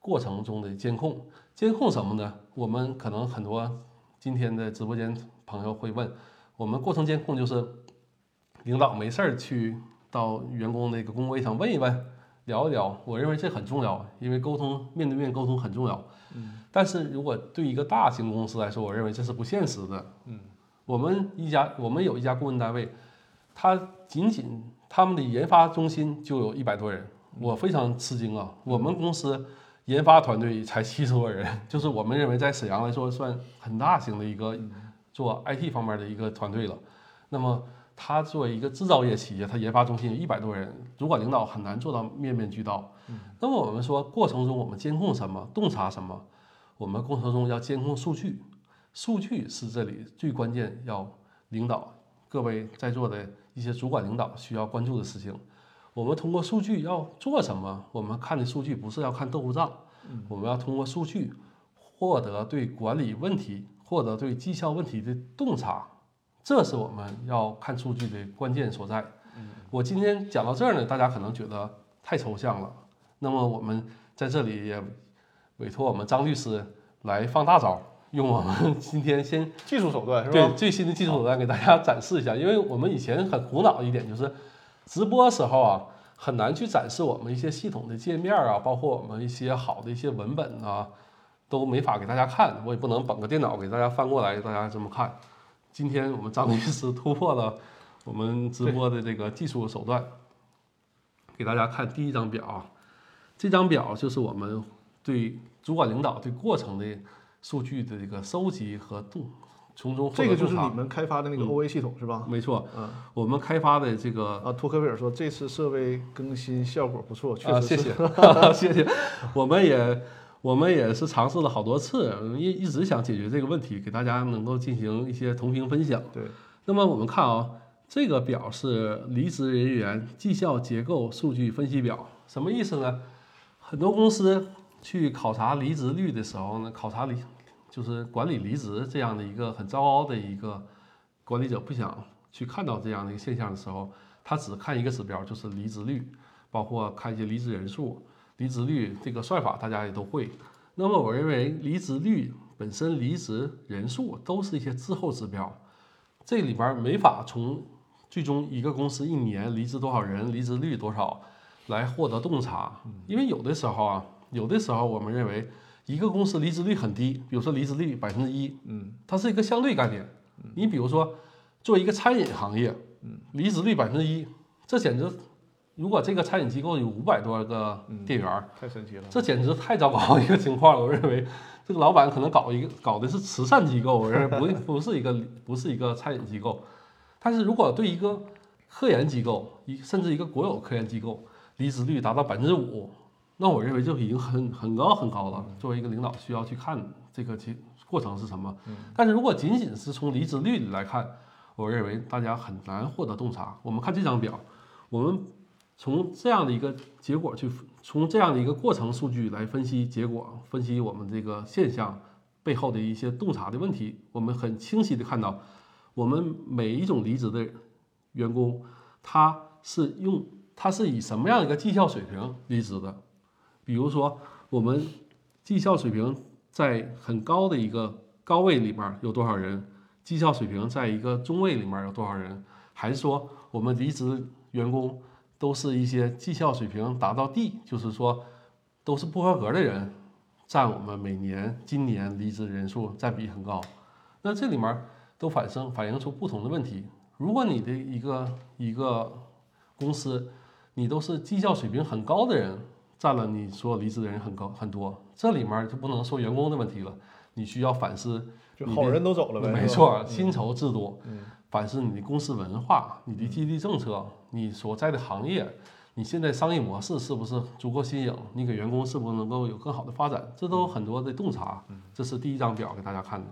过程中的监控。监控什么呢？我们可能很多今天的直播间朋友会问，我们过程监控就是领导没事儿去到员工那个工位上问一问，聊一聊。我认为这很重要，因为沟通面对面沟通很重要。嗯，但是如果对一个大型公司来说，我认为这是不现实的。嗯，我们一家我们有一家顾问单位，它仅仅他们的研发中心就有一百多人，我非常吃惊啊！我们公司研发团队才七十多人，就是我们认为在沈阳来说算很大型的一个做 I T 方面的一个团队了。那么他作为一个制造业企业，他研发中心有一百多人，主管领导很难做到面面俱到。那么我们说过程中我们监控什么，洞察什么？我们过程中要监控数据，数据是这里最关键，要领导各位在座的一些主管领导需要关注的事情。我们通过数据要做什么？我们看的数据不是要看豆腐账，我们要通过数据获得对管理问题、获得对绩效问题的洞察，这是我们要看数据的关键所在。我今天讲到这儿呢，大家可能觉得太抽象了。那么我们在这里也委托我们张律师来放大招，用我们今天先技术手段是吧？ 对，最新的技术手段给大家展示一下。因为我们以前很苦恼的一点就是，直播时候啊，很难去展示我们一些系统的界面啊，包括我们一些好的一些文本啊，都没法给大家看。我也不能绑个电脑给大家翻过来，大家这么看。今天我们张律师突破了我们直播的这个技术手段，给大家看第一张表啊。这张表就是我们对主管领导对过程的数据的这个收集和动，从中获得这个就是洞察你们开发的那个 O A 系统、 嗯、 是吧？ 没错， 嗯， 我们开发的这个啊，托克维尔说这次设备更新效果不错，确实、 啊、谢谢谢谢，我们也我们也是尝试了好多次，一一直想解决这个问题，给大家能够进行一些同频分享。 对， 那么我们看啊，这个表是离职人员绩效结构数据分析表，什么意思呢？很多公司去考察离职率的时候呢，考察离就是管理离职这样的一个很糟糕的一个管理者不想去看到这样的一个现象的时候，他只看一个指标，就是离职率，包括看一些离职人数、离职率这个算法大家也都会。那么我认为离职率本身、离职人数都是一些滞后指标，这里边没法从最终一个公司一年离职多少人、离职率多少来获得洞察。因为有的时候啊，有的时候我们认为一个公司离职率很低，比如说离职率百分之一，嗯，它是一个相对概念。你比如说做一个餐饮行业，嗯，离职率百分之一，这简直，如果这个餐饮机构有五百多个店员、嗯， 太神奇了， 这简直太糟糕一个情况了。我认为这个老板可能搞一个搞的是慈善机构，我认为不不是一个不是一个餐饮机构。但是如果对一个科研机构，一甚至一个国有科研机构，离职率达到百分之五，那我认为就已经很很高很高了。作为一个领导，需要去看这个其过程是什么。但是如果仅仅是从离职率来看，我认为大家很难获得洞察。我们看这张表，我们从这样的一个结果去，从这样的一个过程数据来分析结果，分析我们这个现象背后的一些洞察的问题，我们很清晰的看到，我们每一种离职的员工，他是用他是以什么样一个绩效水平离职的？比如说，我们绩效水平在很高的一个高位里面有多少人？绩效水平在一个中位里面有多少人？还是说我们离职员工都是一些绩效水平达到 D， 就是说都是不合格的人，占我们每年今年离职人数占比很高？那这里面都反生反映出不同的问题。如果你的一个一个公司，你都是绩效水平很高的人，占了你所有离职的人很高很多，这里面就不能说员工的问题了，你需要反思。 就好人都走了呗。 没错，薪酬制度，嗯，反思你的公司文化、你的激励政策、你所在的行业，你现在商业模式是不是足够新颖？你给员工是不是能够有更好的发展？这都有很多的洞察。这是第一张表给大家看的。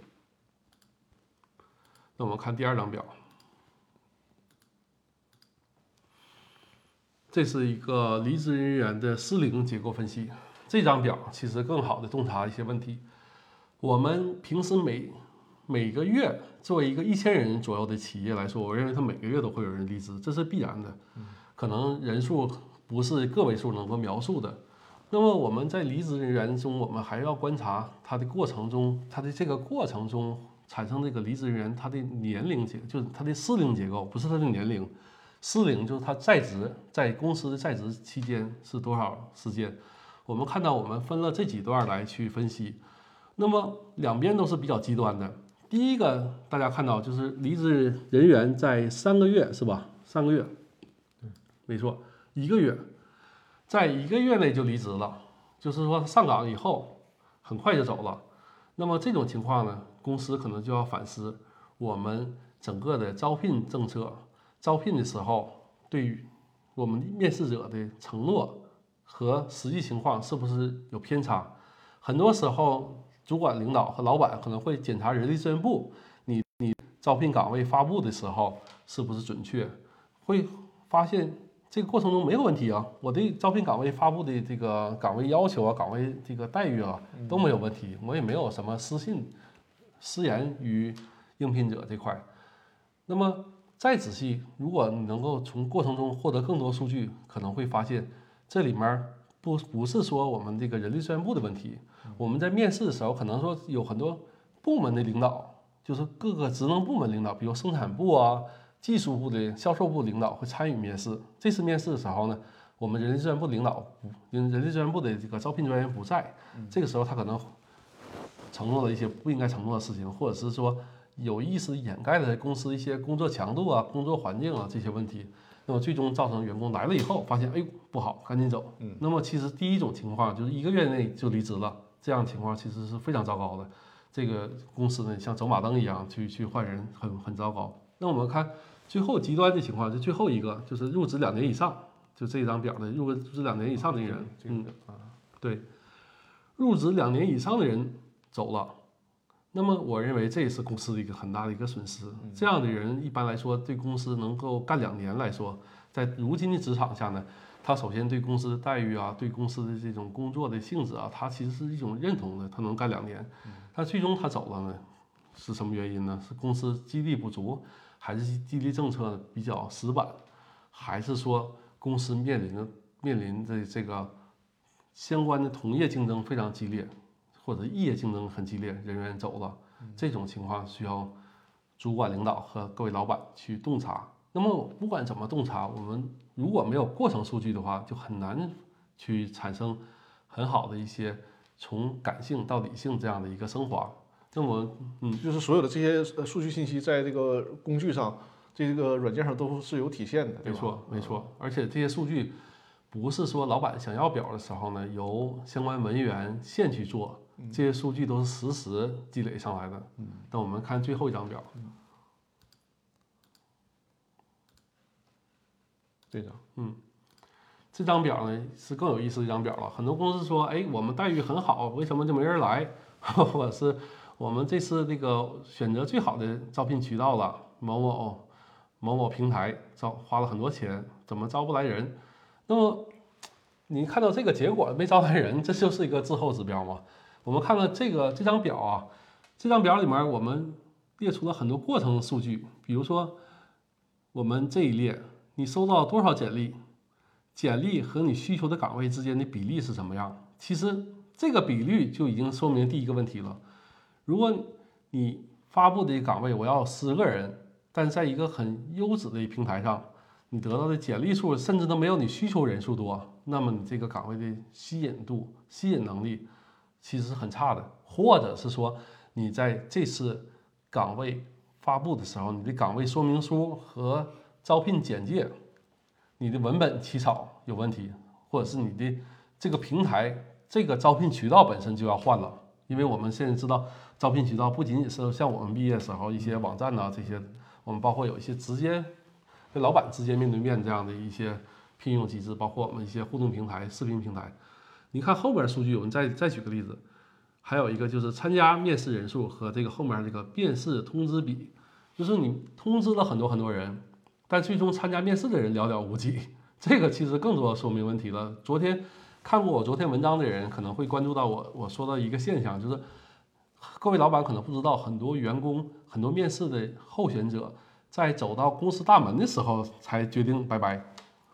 那我们看第二张表，这是一个离职人员的失灵结构分析。这张表其实更好的洞察一些问题。我们平时每每个月作为一个一千人左右的企业来说，我认为它每个月都会有人离职，这是必然的。可能人数不是个位数能够描述的。 那么我们在离职人员中，我们还要观察他的过程中，他的这个过程中产生这个离职人员他的年龄结，就是他的适龄结构，不是他的年龄。适龄就是他在职在公司的在职期间是多少时间。我们看到我们分了这几段来去分析，那么两边都是比较极端的。第一个大家看到就是离职人员在三个月是吧？三个月，没错，一个月。在一个月内就离职了，就是说上岗以后很快就走了。那么这种情况呢，公司可能就要反思我们整个的招聘政策，招聘的时候对于我们面试者的承诺和实际情况是不是有偏差。很多时候，主管领导和老板可能会检查人力资源部你你招聘岗位发布的时候是不是准确，会发现这个过程中没有问题啊，我对招聘岗位发布的这个岗位要求啊、岗位这个待遇啊都没有问题，我也没有什么失信、失言于应聘者这块。那么再仔细，如果你能够从过程中获得更多数据，可能会发现这里面不不是说我们这个人力资源部的问题，我们在面试的时候可能说有很多部门的领导，就是各个职能部门领导，比如生产部啊。技术部的销售部领导会参与面试，这次面试的时候呢，我们人力资源部领导不，人力资源部的这个招聘专员不在，这个时候他可能承诺了一些不应该承诺的事情，或者是说有意识掩盖了公司一些工作强度啊、工作环境啊这些问题，那么最终造成员工来了以后发现，哎呦不好，赶紧走。嗯，那么其实第一种情况就是一个月内就离职了，这样的情况其实是非常糟糕的。这个公司呢，像走马灯一样去去换人，很很糟糕。那我们看。最后极端的情况就最后一个就是入职两年以上，就这张表的入职两年以上的人，嗯啊，对，入职两年以上的人走了，那么我认为这也是公司的一个很大的一个损失。这样的人一般来说对公司能够干两年来说，在如今的职场下呢，他首先对公司的待遇啊，对公司的这种工作的性质啊，他其实是一种认同的，他能干两年，但最终他走了呢，是什么原因呢？是公司激励不足？还是激励政策比较死板，还是说公司面临的面临的这个相关的同业竞争非常激烈，或者异业竞争很激烈，人员走了，这种情况需要主管领导和各位老板去洞察。那么不管怎么洞察，我们如果没有过程数据的话，就很难去产生很好的一些从感性到理性这样的一个升华。那么，嗯， 就是所有的这些数据信息在这个工具上、这个软件上都是有体现的， 没错，没错。而且这些数据不是说老板想要表的时候呢，由相关文员现去做，这些数据都是实时积累上来的。嗯，那我们看最后一张表， 这张， 嗯，这张表呢是更有意思的一张表了。很多公司说，哎，我们待遇很好，为什么就没人来？或者是我们这次这个选择最好的招聘渠道了，某某某某平台招花了很多钱，怎么招不来人？那么你看到这个结果没招来人，这就是一个滞后指标嘛？我们看了这个这张表啊，这张表里面我们列出了很多过程数据，比如说我们这一列，你收到多少简历，简历和你需求的岗位之间的比例是怎么样？其实这个比率就已经说明第一个问题了。如果你发布的岗位我要十个人，但是在一个很优质的平台上，你得到的简历数甚至都没有你需求人数多，那么你这个岗位的吸引度、吸引能力其实是很差的。或者是说你在这次岗位发布的时候，你的岗位说明书和招聘简介，你的文本起草有问题，或者是你的这个平台、这个招聘渠道本身就要换了。因为我们现在知道，招聘渠道不仅仅是像我们毕业的时候一些网站呐、啊、这些，我们包括有一些直接跟老板直接面对面这样的一些聘用机制，包括我们一些互动平台、视频平台。你看后边数据，我们再再举个例子，还有一个就是参加面试人数和这个后面这个面试通知比，就是你通知了很多很多人，但最终参加面试的人寥寥无几，这个其实更多说明问题了。昨天看过我昨天文章的人可能会关注到我我说的一个现象，就是各位老板可能不知道，很多员工、很多面试的候选者在走到公司大门的时候才决定拜拜，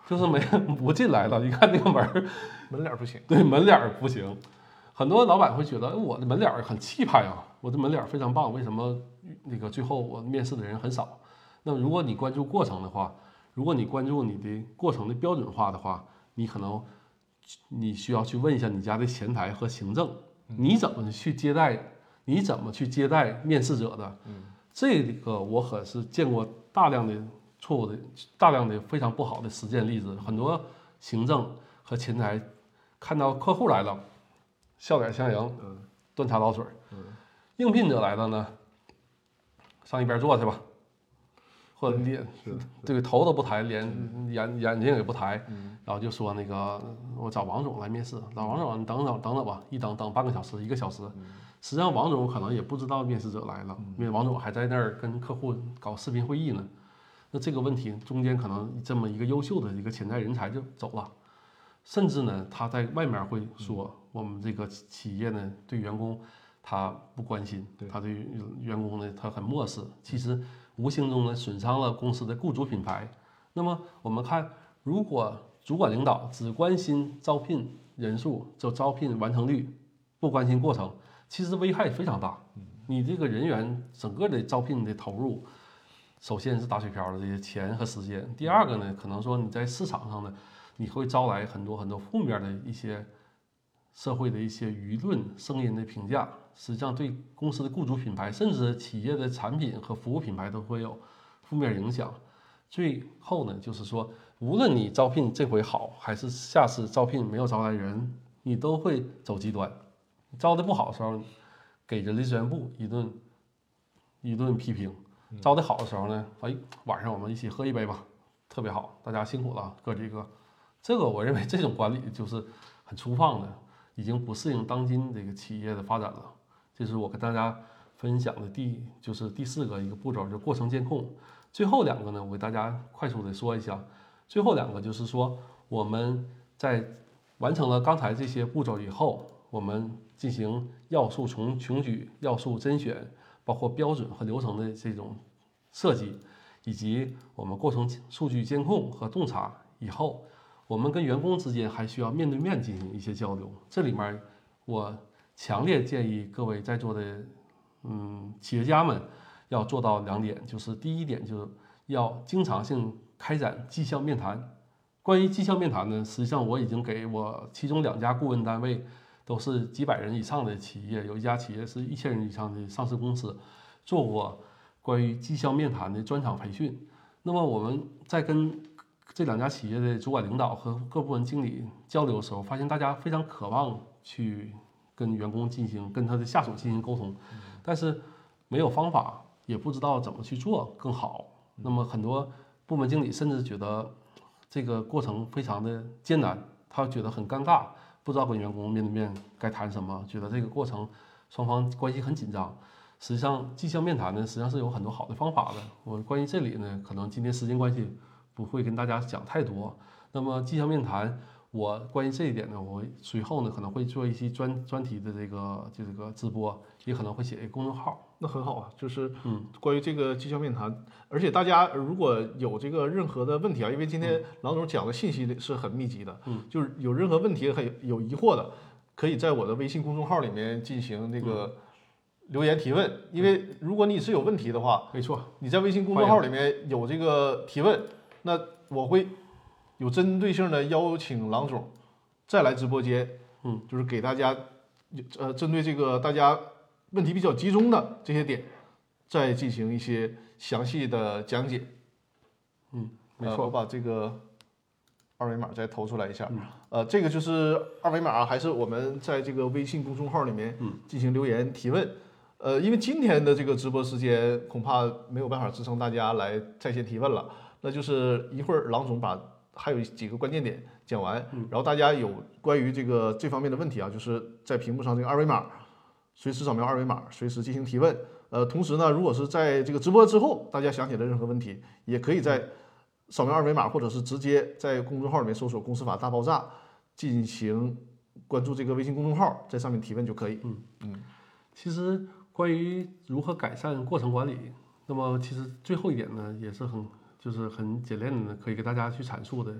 就是没不进来了。一看这个门儿， 门脸不行， 对，门脸儿不行。很多老板会觉得，哎我的门脸儿很气派啊，我的门脸儿非常棒，为什么那个最后我面试的人很少？那如果你关注过程的话，如果你关注你的过程的标准化的话，你可能你需要去问一下你家的前台和行政，你怎么去接待，你怎么去接待面试者的？这个我可是见过大量的错误的、大量的非常不好的实践例子。很多行政和前台看到客户来了，笑脸相迎，端茶倒水。应聘者来了呢，上一边坐去吧，或者脸这个头都不抬，脸眼眼睛也不抬，然后就说那个我找王总来面试，找王总你等等等等吧，一等等半个小时一个小时，实际上王总可能也不知道面试者来了，因为王总还在那儿跟客户搞视频会议呢。那这个问题中间可能这么一个优秀的一个潜在人才就走了，甚至呢他在外面会说我们这个企业呢对员工他不关心，他对员工呢他很漠视，其实无形中呢损伤了公司的雇主品牌。那么我们看，如果主管领导只关心招聘人数，就招聘完成率，不关心过程，其实危害非常大。你这个人员整个的招聘的投入，首先是打水漂的这些钱和时间，第二个呢，可能说你在市场上呢，你会招来很多很多负面的一些社会的一些舆论声音的评价，实际上对公司的雇主品牌，甚至企业的产品和服务品牌都会有负面影响。最后呢，就是说，无论你招聘这回好，还是下次招聘没有招来人，你都会走极端。招的不好的时候，给人力资源部一顿一顿批评；招的好的时候呢，哎，晚上我们一起喝一杯吧，特别好，大家辛苦了，哥几个。这个我认为这种管理就是很粗放的，已经不适应当今这个企业的发展了。这是我跟大家分享的第就是第四个一个步骤，就过程监控。最后两个呢，我给大家快速的说一下。最后两个就是说，我们在完成了刚才这些步骤以后，我们进行要素从穷举、要素甄选，包括标准和流程的这种设计，以及我们过程数据监控和洞察以后，我们跟员工之间还需要面对面进行一些交流。这里面我强烈建议各位在座的嗯企业家们要做到两点，就是第一点就是要经常性开展绩效面谈。关于绩效面谈呢，实际上我已经给我其中两家顾问单位都是几百人以上的企业，有一家企业是一千人以上的上市公司，做过关于绩效面谈的专场培训。那么我们在跟这两家企业的主管领导和各部门经理交流的时候，发现大家非常渴望去跟员工进行跟他的下属进行沟通，但是没有方法，也不知道怎么去做更好。那么很多部门经理甚至觉得这个过程非常的艰难，他觉得很尴尬，不知道跟员工面对面该谈什么，觉得这个过程双方关系很紧张。实际上绩效面谈呢，实际上是有很多好的方法的。我关于这里呢，可能今天时间关系不会跟大家讲太多。那么绩效面谈，我关于这一点呢，我随后呢可能会做一些专专题的这个就这个直播，也可能会写一个公众号。 那很好啊，就是嗯， 关于这个绩效面谈，而且大家如果有这个任何的问题啊，因为今天郎总讲的信息是很密集的， 嗯， 就是有任何问题很有疑惑的，可以在我的微信公众号里面进行那个留言提问。因为如果你是有问题的话， 没错， 你在微信公众号里面有这个提问，那我会有针对性的邀请郎总再来直播间， 嗯， 就是给大家呃针对这个大家问题比较集中的这些点，再进行一些详细的讲解。 嗯，没错。 呃、我把这个二维码再投出来一下。 嗯、 呃，这个就是二维码，还是我们在这个微信公众号里面进行留言提问。呃，因为今天的这个直播时间恐怕没有办法支撑大家来在线提问了，那就是一会儿郎总把还有几个关键点讲完，然后大家有关于这个这方面的问题啊，就是在屏幕上这个二维码。随时扫描二维码，随时进行提问。呃，同时呢，如果是在这个直播之后，大家想起了任何问题，也可以在扫描二维码，或者是直接在公众号里面搜索"公司法大爆炸"，进行关注这个微信公众号，在上面提问就可以。 嗯嗯。其实关于如何改善过程管理，那么其实最后一点呢，也是很就是很简练的，可以给大家去阐述的，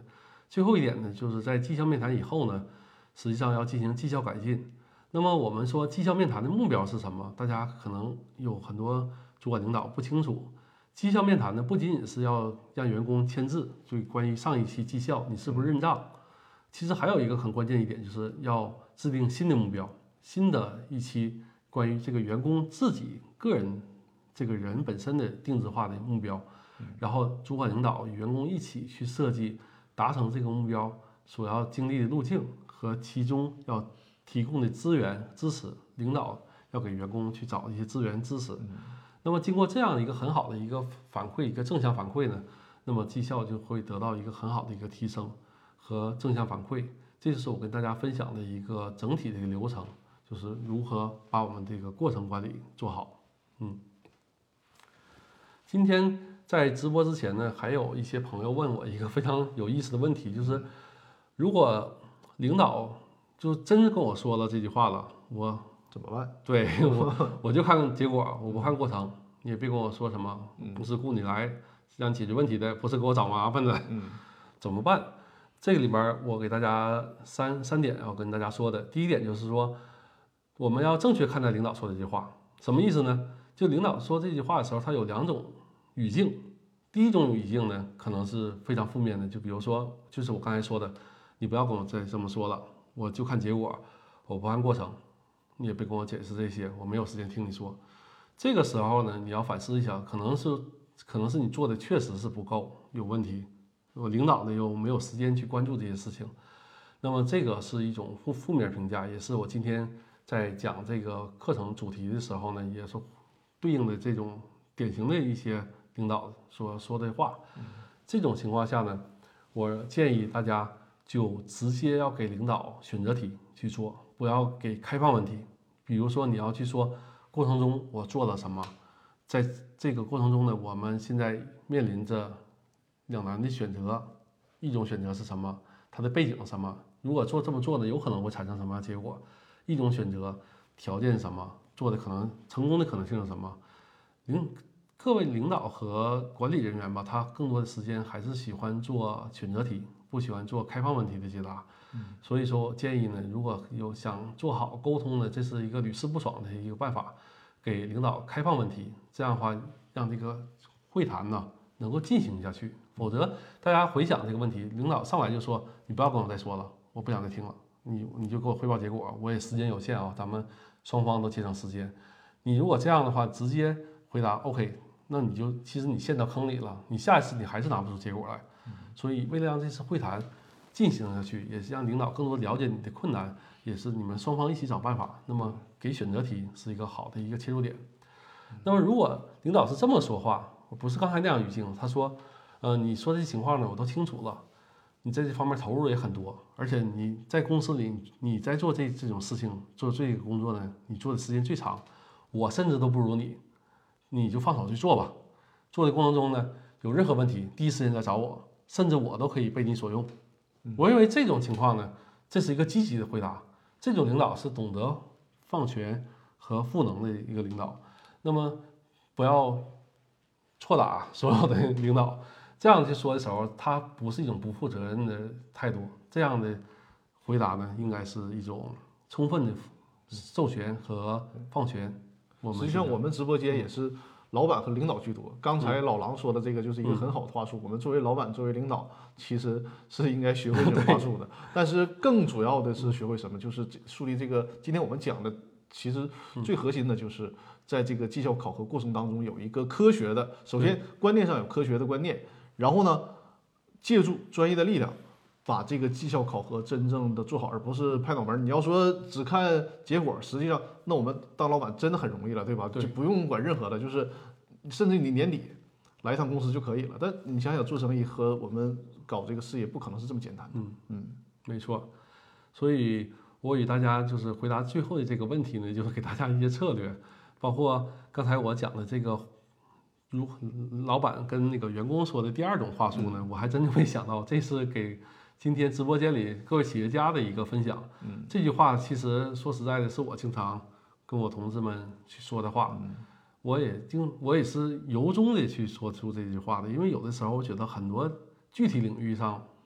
最后一点呢，就是在绩效面谈以后呢，实际上要进行绩效改进。那么我们说绩效面谈的目标是什么？大家可能有很多主管领导不清楚。绩效面谈呢，不仅仅是要让员工签字，就关于上一期绩效你是不是认账，其实还有一个很关键一点，就是要制定新的目标，新的一期关于这个员工自己个人这个人本身的定制化的目标，然后主管领导与员工一起去设计达成这个目标所要经历的路径和其中要提供的资源支持，领导要给员工去找一些资源支持。那么经过这样的一个很好的一个反馈，一个正向反馈呢，那么绩效就会得到一个很好的一个提升和正向反馈。这就是我跟大家分享的一个整体的一个流程，就是如何把我们这个过程管理做好。嗯，今天在直播之前呢，还有一些朋友问我一个非常有意思的问题，就是如果领导就真跟我说了这句话了，我怎么办？ 对我我就看结果，我不看过程，你也别跟我说什么，不是雇你来让你解决问题的，不是给我找麻烦的， 嗯， 怎么办？这个里边我给大家三三点要跟大家说的。第一点就是说，我们要正确看待领导说的这句话，什么意思呢？就领导说这句话的时候，他有两种语境。第一种语境呢，可能是非常负面的，就比如说，就是我刚才说的，你不要跟我再这么说了，我就看结果，我不看过程，你也别跟我解释这些，我没有时间听你说。这个时候呢，你要反思一下，可能是可能是你做的确实是不够，有问题。我领导呢又没有时间去关注这些事情，那么这个是一种负负面评价，也是我今天在讲这个课程主题的时候呢，也是对应的这种典型的一些领导所说的话。这种情况下呢，我建议大家就直接要给领导选择题去做，不要给开放问题。比如说你要去说过程中我做了什么，在这个过程中呢，我们现在面临着两难的选择，一种选择是什么？它的背景是什么？如果做这么做呢，有可能会产生什么样的结果？一种选择条件是什么？做的可能成功的可能性是什么？领各位领导和管理人员吧，他更多的时间还是喜欢做选择题，不喜欢做开放问题的解答。所以说我建议呢，如果有想做好沟通的，这是一个屡试不爽的一个办法，给领导开放问题，这样的话让这个会谈呢能够进行下去。否则大家回想这个问题，领导上来就说你不要跟我再说了，我不想再听了，你你就给我汇报结果，我也时间有限啊，咱们双方都节省时间。你如果这样的话，直接回答 OK， 那你就其实你陷到坑里了，你下一次你还是拿不出结果来。所以为了让这次会谈进行下去，也是让领导更多了解你的困难，也是你们双方一起找办法。那么给选择题是一个好的一个切入点。那么如果领导是这么说话，不是刚才那样语境，他说呃，你说这情况呢，我都清楚了，你在这方面投入也很多，而且你在公司里，你在做这这种事情，做这个工作呢，你做的时间最长，我甚至都不如你，你就放手去做吧。做的过程中呢，有任何问题，第一时间来找我，甚至我都可以被你所用。我认为这种情况呢，这是一个积极的回答，这种领导是懂得放权和赋能的一个领导。那么不要错打所有的领导。这样去说的时候，他不是一种不负责任的态度，这样的回答呢，应该是一种充分的授权和放权。我们实际上，我们直播间也是老板和领导居多。刚才老狼说的这个就是一个很好的话术。我们作为老板，作为领导，其实是应该学会这种话术的。但是更主要的是学会什么？就是树立这个。今天我们讲的，其实最核心的就是在这个绩效考核过程当中有一个科学的，首先观念上有科学的观念。然后呢，借助专业的力量，把这个绩效考核真正的做好，而不是拍脑门。你要说只看结果，实际上那我们当老板真的很容易了，对吧？ 对， 就不用管任何的，就是甚至你年底来一趟公司就可以了。但你想想，做生意和我们搞这个事业，不可能是这么简单的。 嗯嗯， 没错。所以我与大家就是回答最后的这个问题呢，就是给大家一些策略，包括刚才我讲的这个。如老板跟那个员工说的第二种话术呢，我还真就没想到，这是给今天直播间里各位企业家的一个分享。 嗯， 这句话其实说实在的，是我经常跟我同志们去说的话。 嗯， 我也经我也是由衷的去说出这句话的，因为有的时候我觉得很多具体领域上，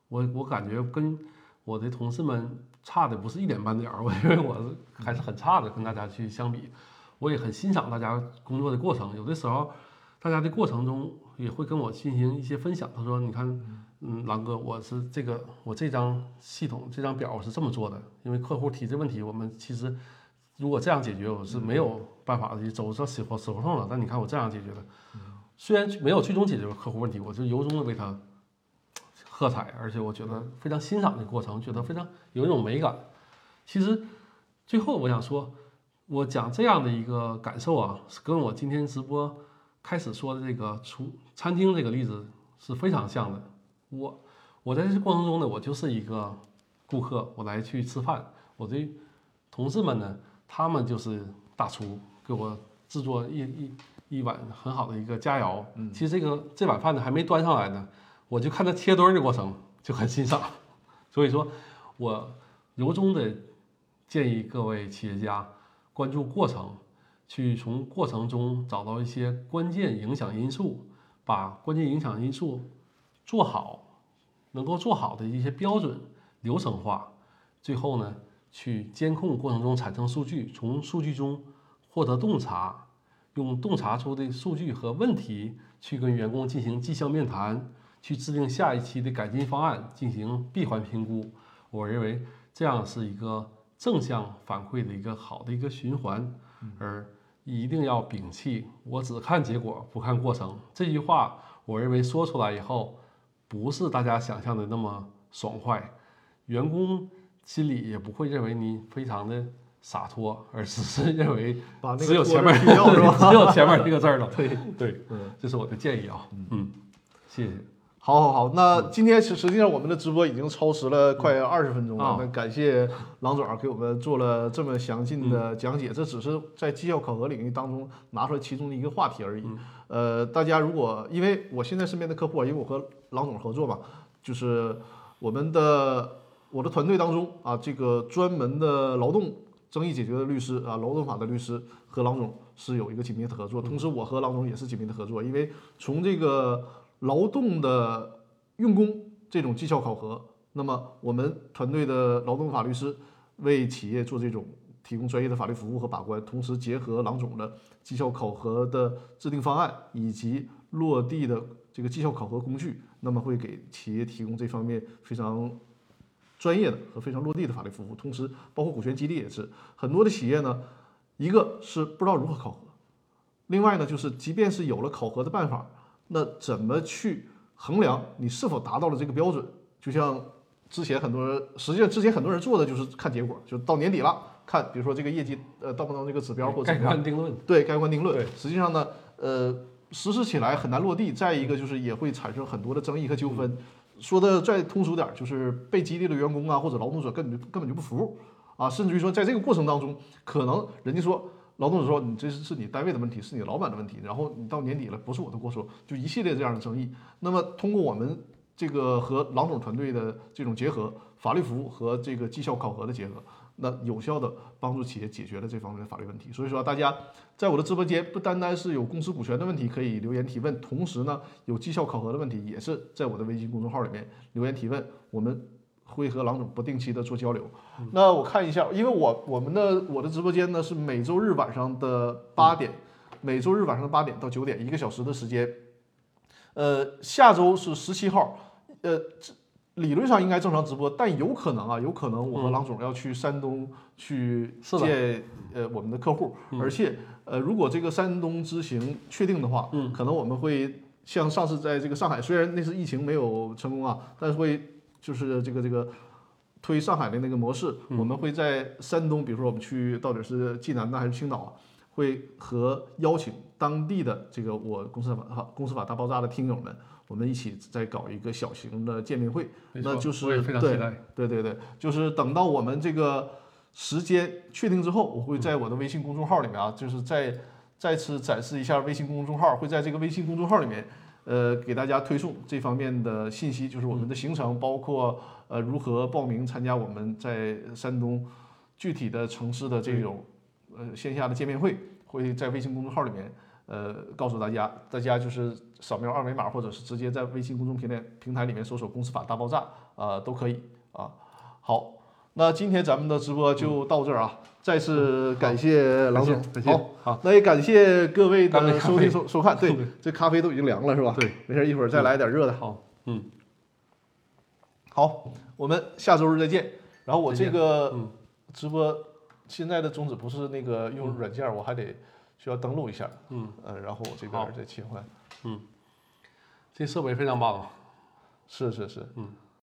我我感觉跟我的同事们差的不是一点半点儿，我认为我是还是很差的，跟大家去相比。我也很欣赏大家工作的过程，有的时候大家的过程中也会跟我进行一些分享。他说：“你看，嗯，狼哥，我是这个我这张系统这张表我是这么做的，因为客户提这问题，我们其实如果这样解决，我是没有办法的，走着死活死胡同了。但你看我这样解决的，虽然没有最终解决客户问题，我就由衷的为他喝彩，而且我觉得非常欣赏这个过程，觉得非常有一种美感。其实最后我想说。”我讲这样的一个感受啊，是跟我今天直播开始说的这个厨餐厅这个例子是非常像的。我我在这过程中呢，我就是一个顾客，我来去吃饭，我的同事们呢，他们就是大厨，给我制作一一一碗很好的一个佳肴。嗯，其实这个这碗饭呢还没端上来呢，我就看他切墩的过程就很欣赏。所以说，我由衷的建议各位企业家。关注过程，去从过程中找到一些关键影响因素，把关键影响因素做好，能够做好的一些标准流程化，最后呢，去监控过程中产生数据，从数据中获得洞察，用洞察出的数据和问题去跟员工进行绩效面谈，去制定下一期的改进方案，进行闭环评估。我认为这样是一个。正向反馈的一个好的一个循环，而一定要摒弃“我只看结果不看过程”这句话。我认为说出来以后，不是大家想象的那么爽快，员工心里也不会认为你非常的洒脱，而只是认为只有前面只有前面这个字儿了。 对对，这是我的建议啊。嗯，谢谢。 好，好，好，那今天实实际上我们的直播已经超时了快二十分钟了。那感谢郎总给我们做了这么详尽的讲解，这只是在绩效考核领域当中拿出来其中的一个话题而已。呃，大家如果因为我现在身边的客户啊，因为我和郎总合作嘛，就是我们的我的团队当中啊，这个专门的劳动争议解决的律师啊，劳动法的律师和郎总是有一个紧密的合作，同时我和郎总也是紧密的合作，因为从这个。劳动的用工这种绩效考核，那么我们团队的劳动法律师为企业做这种提供专业的法律服务和把关，同时结合郎总的绩效考核的制定方案以及落地的这个绩效考核工具，那么会给企业提供这方面非常专业的和非常落地的法律服务。同时，包括股权激励也是很多的企业呢，一个是不知道如何考核，另外呢就是即便是有了考核的办法。那怎么去衡量你是否达到了这个标准？就像之前很多人，实际上之前很多人做的就是看结果，就到年底了，看比如说这个业绩呃到不到这个指标或者盖棺定论。 对，盖棺定论。实际上呢，呃，实施起来很难落地。再一个就是也会产生很多的争议和纠纷。说的再通俗点，就是被激励的员工啊或者劳动者根本就根本就不服啊，甚至于说在这个过程当中，可能人家说。劳动者说：“你这是是你单位的问题，是你老板的问题。然后你到年底了，不是我的过错，就一系列这样的争议。那么通过我们这个和郎总团队的这种结合，法律服务和这个绩效考核的结合，那有效的帮助企业解决了这方面的法律问题。所以说，大家在我的直播间不单单是有公司股权的问题可以留言提问，同时呢，有绩效考核的问题也是在我的微信公众号里面留言提问。我们。”会和郎总不定期的做交流，那我看一下，因为我我们的我的直播间呢是每周日晚上的八点，每周日晚上的八点到九点，一个小时的时间。呃，下周是十七号，呃，理论上应该正常直播，但有可能啊，有可能我和郎总要去山东去见呃我们的客户，而且呃，如果这个山东之行确定的话，可能我们会像上次在这个上海，虽然那次疫情没有成功啊，但是会。就是这个这个推上海的那个模式，我们会在山东，比如说我们去到底是济南呢还是青岛啊，会和邀请当地的这个我公司法公司法大爆炸的听友们，我们一起再搞一个小型的见面会。那就是对对对对，就是等到我们这个时间确定之后，我会在我的微信公众号里面啊，就是再再次展示一下微信公众号，会在这个微信公众号里面。呃，给大家推送这方面的信息，就是我们的行程，包括呃如何报名参加我们在山东具体的城市的这种呃线下的见面会， 会在微信公众号里面呃告诉大家，大家就是扫描二维码，或者是直接在微信公众平台平台里面搜索公司法大爆炸啊、呃、都可以啊。好，那今天咱们的直播就到这儿啊，再次感谢郎总， 感谢好， 好， 那也感谢各位的收听干杯咖啡收收看。对，这咖啡都已经凉了是吧？ 对， 没事，一会儿再来点热的。 好，嗯， 好，我们下周日再见。然后我这个嗯直播现在的宗旨不是那个用软件，我还得需要登录一下， 嗯呃，然后我这边再切换。 嗯，这设备非常棒啊， 是是是， 嗯。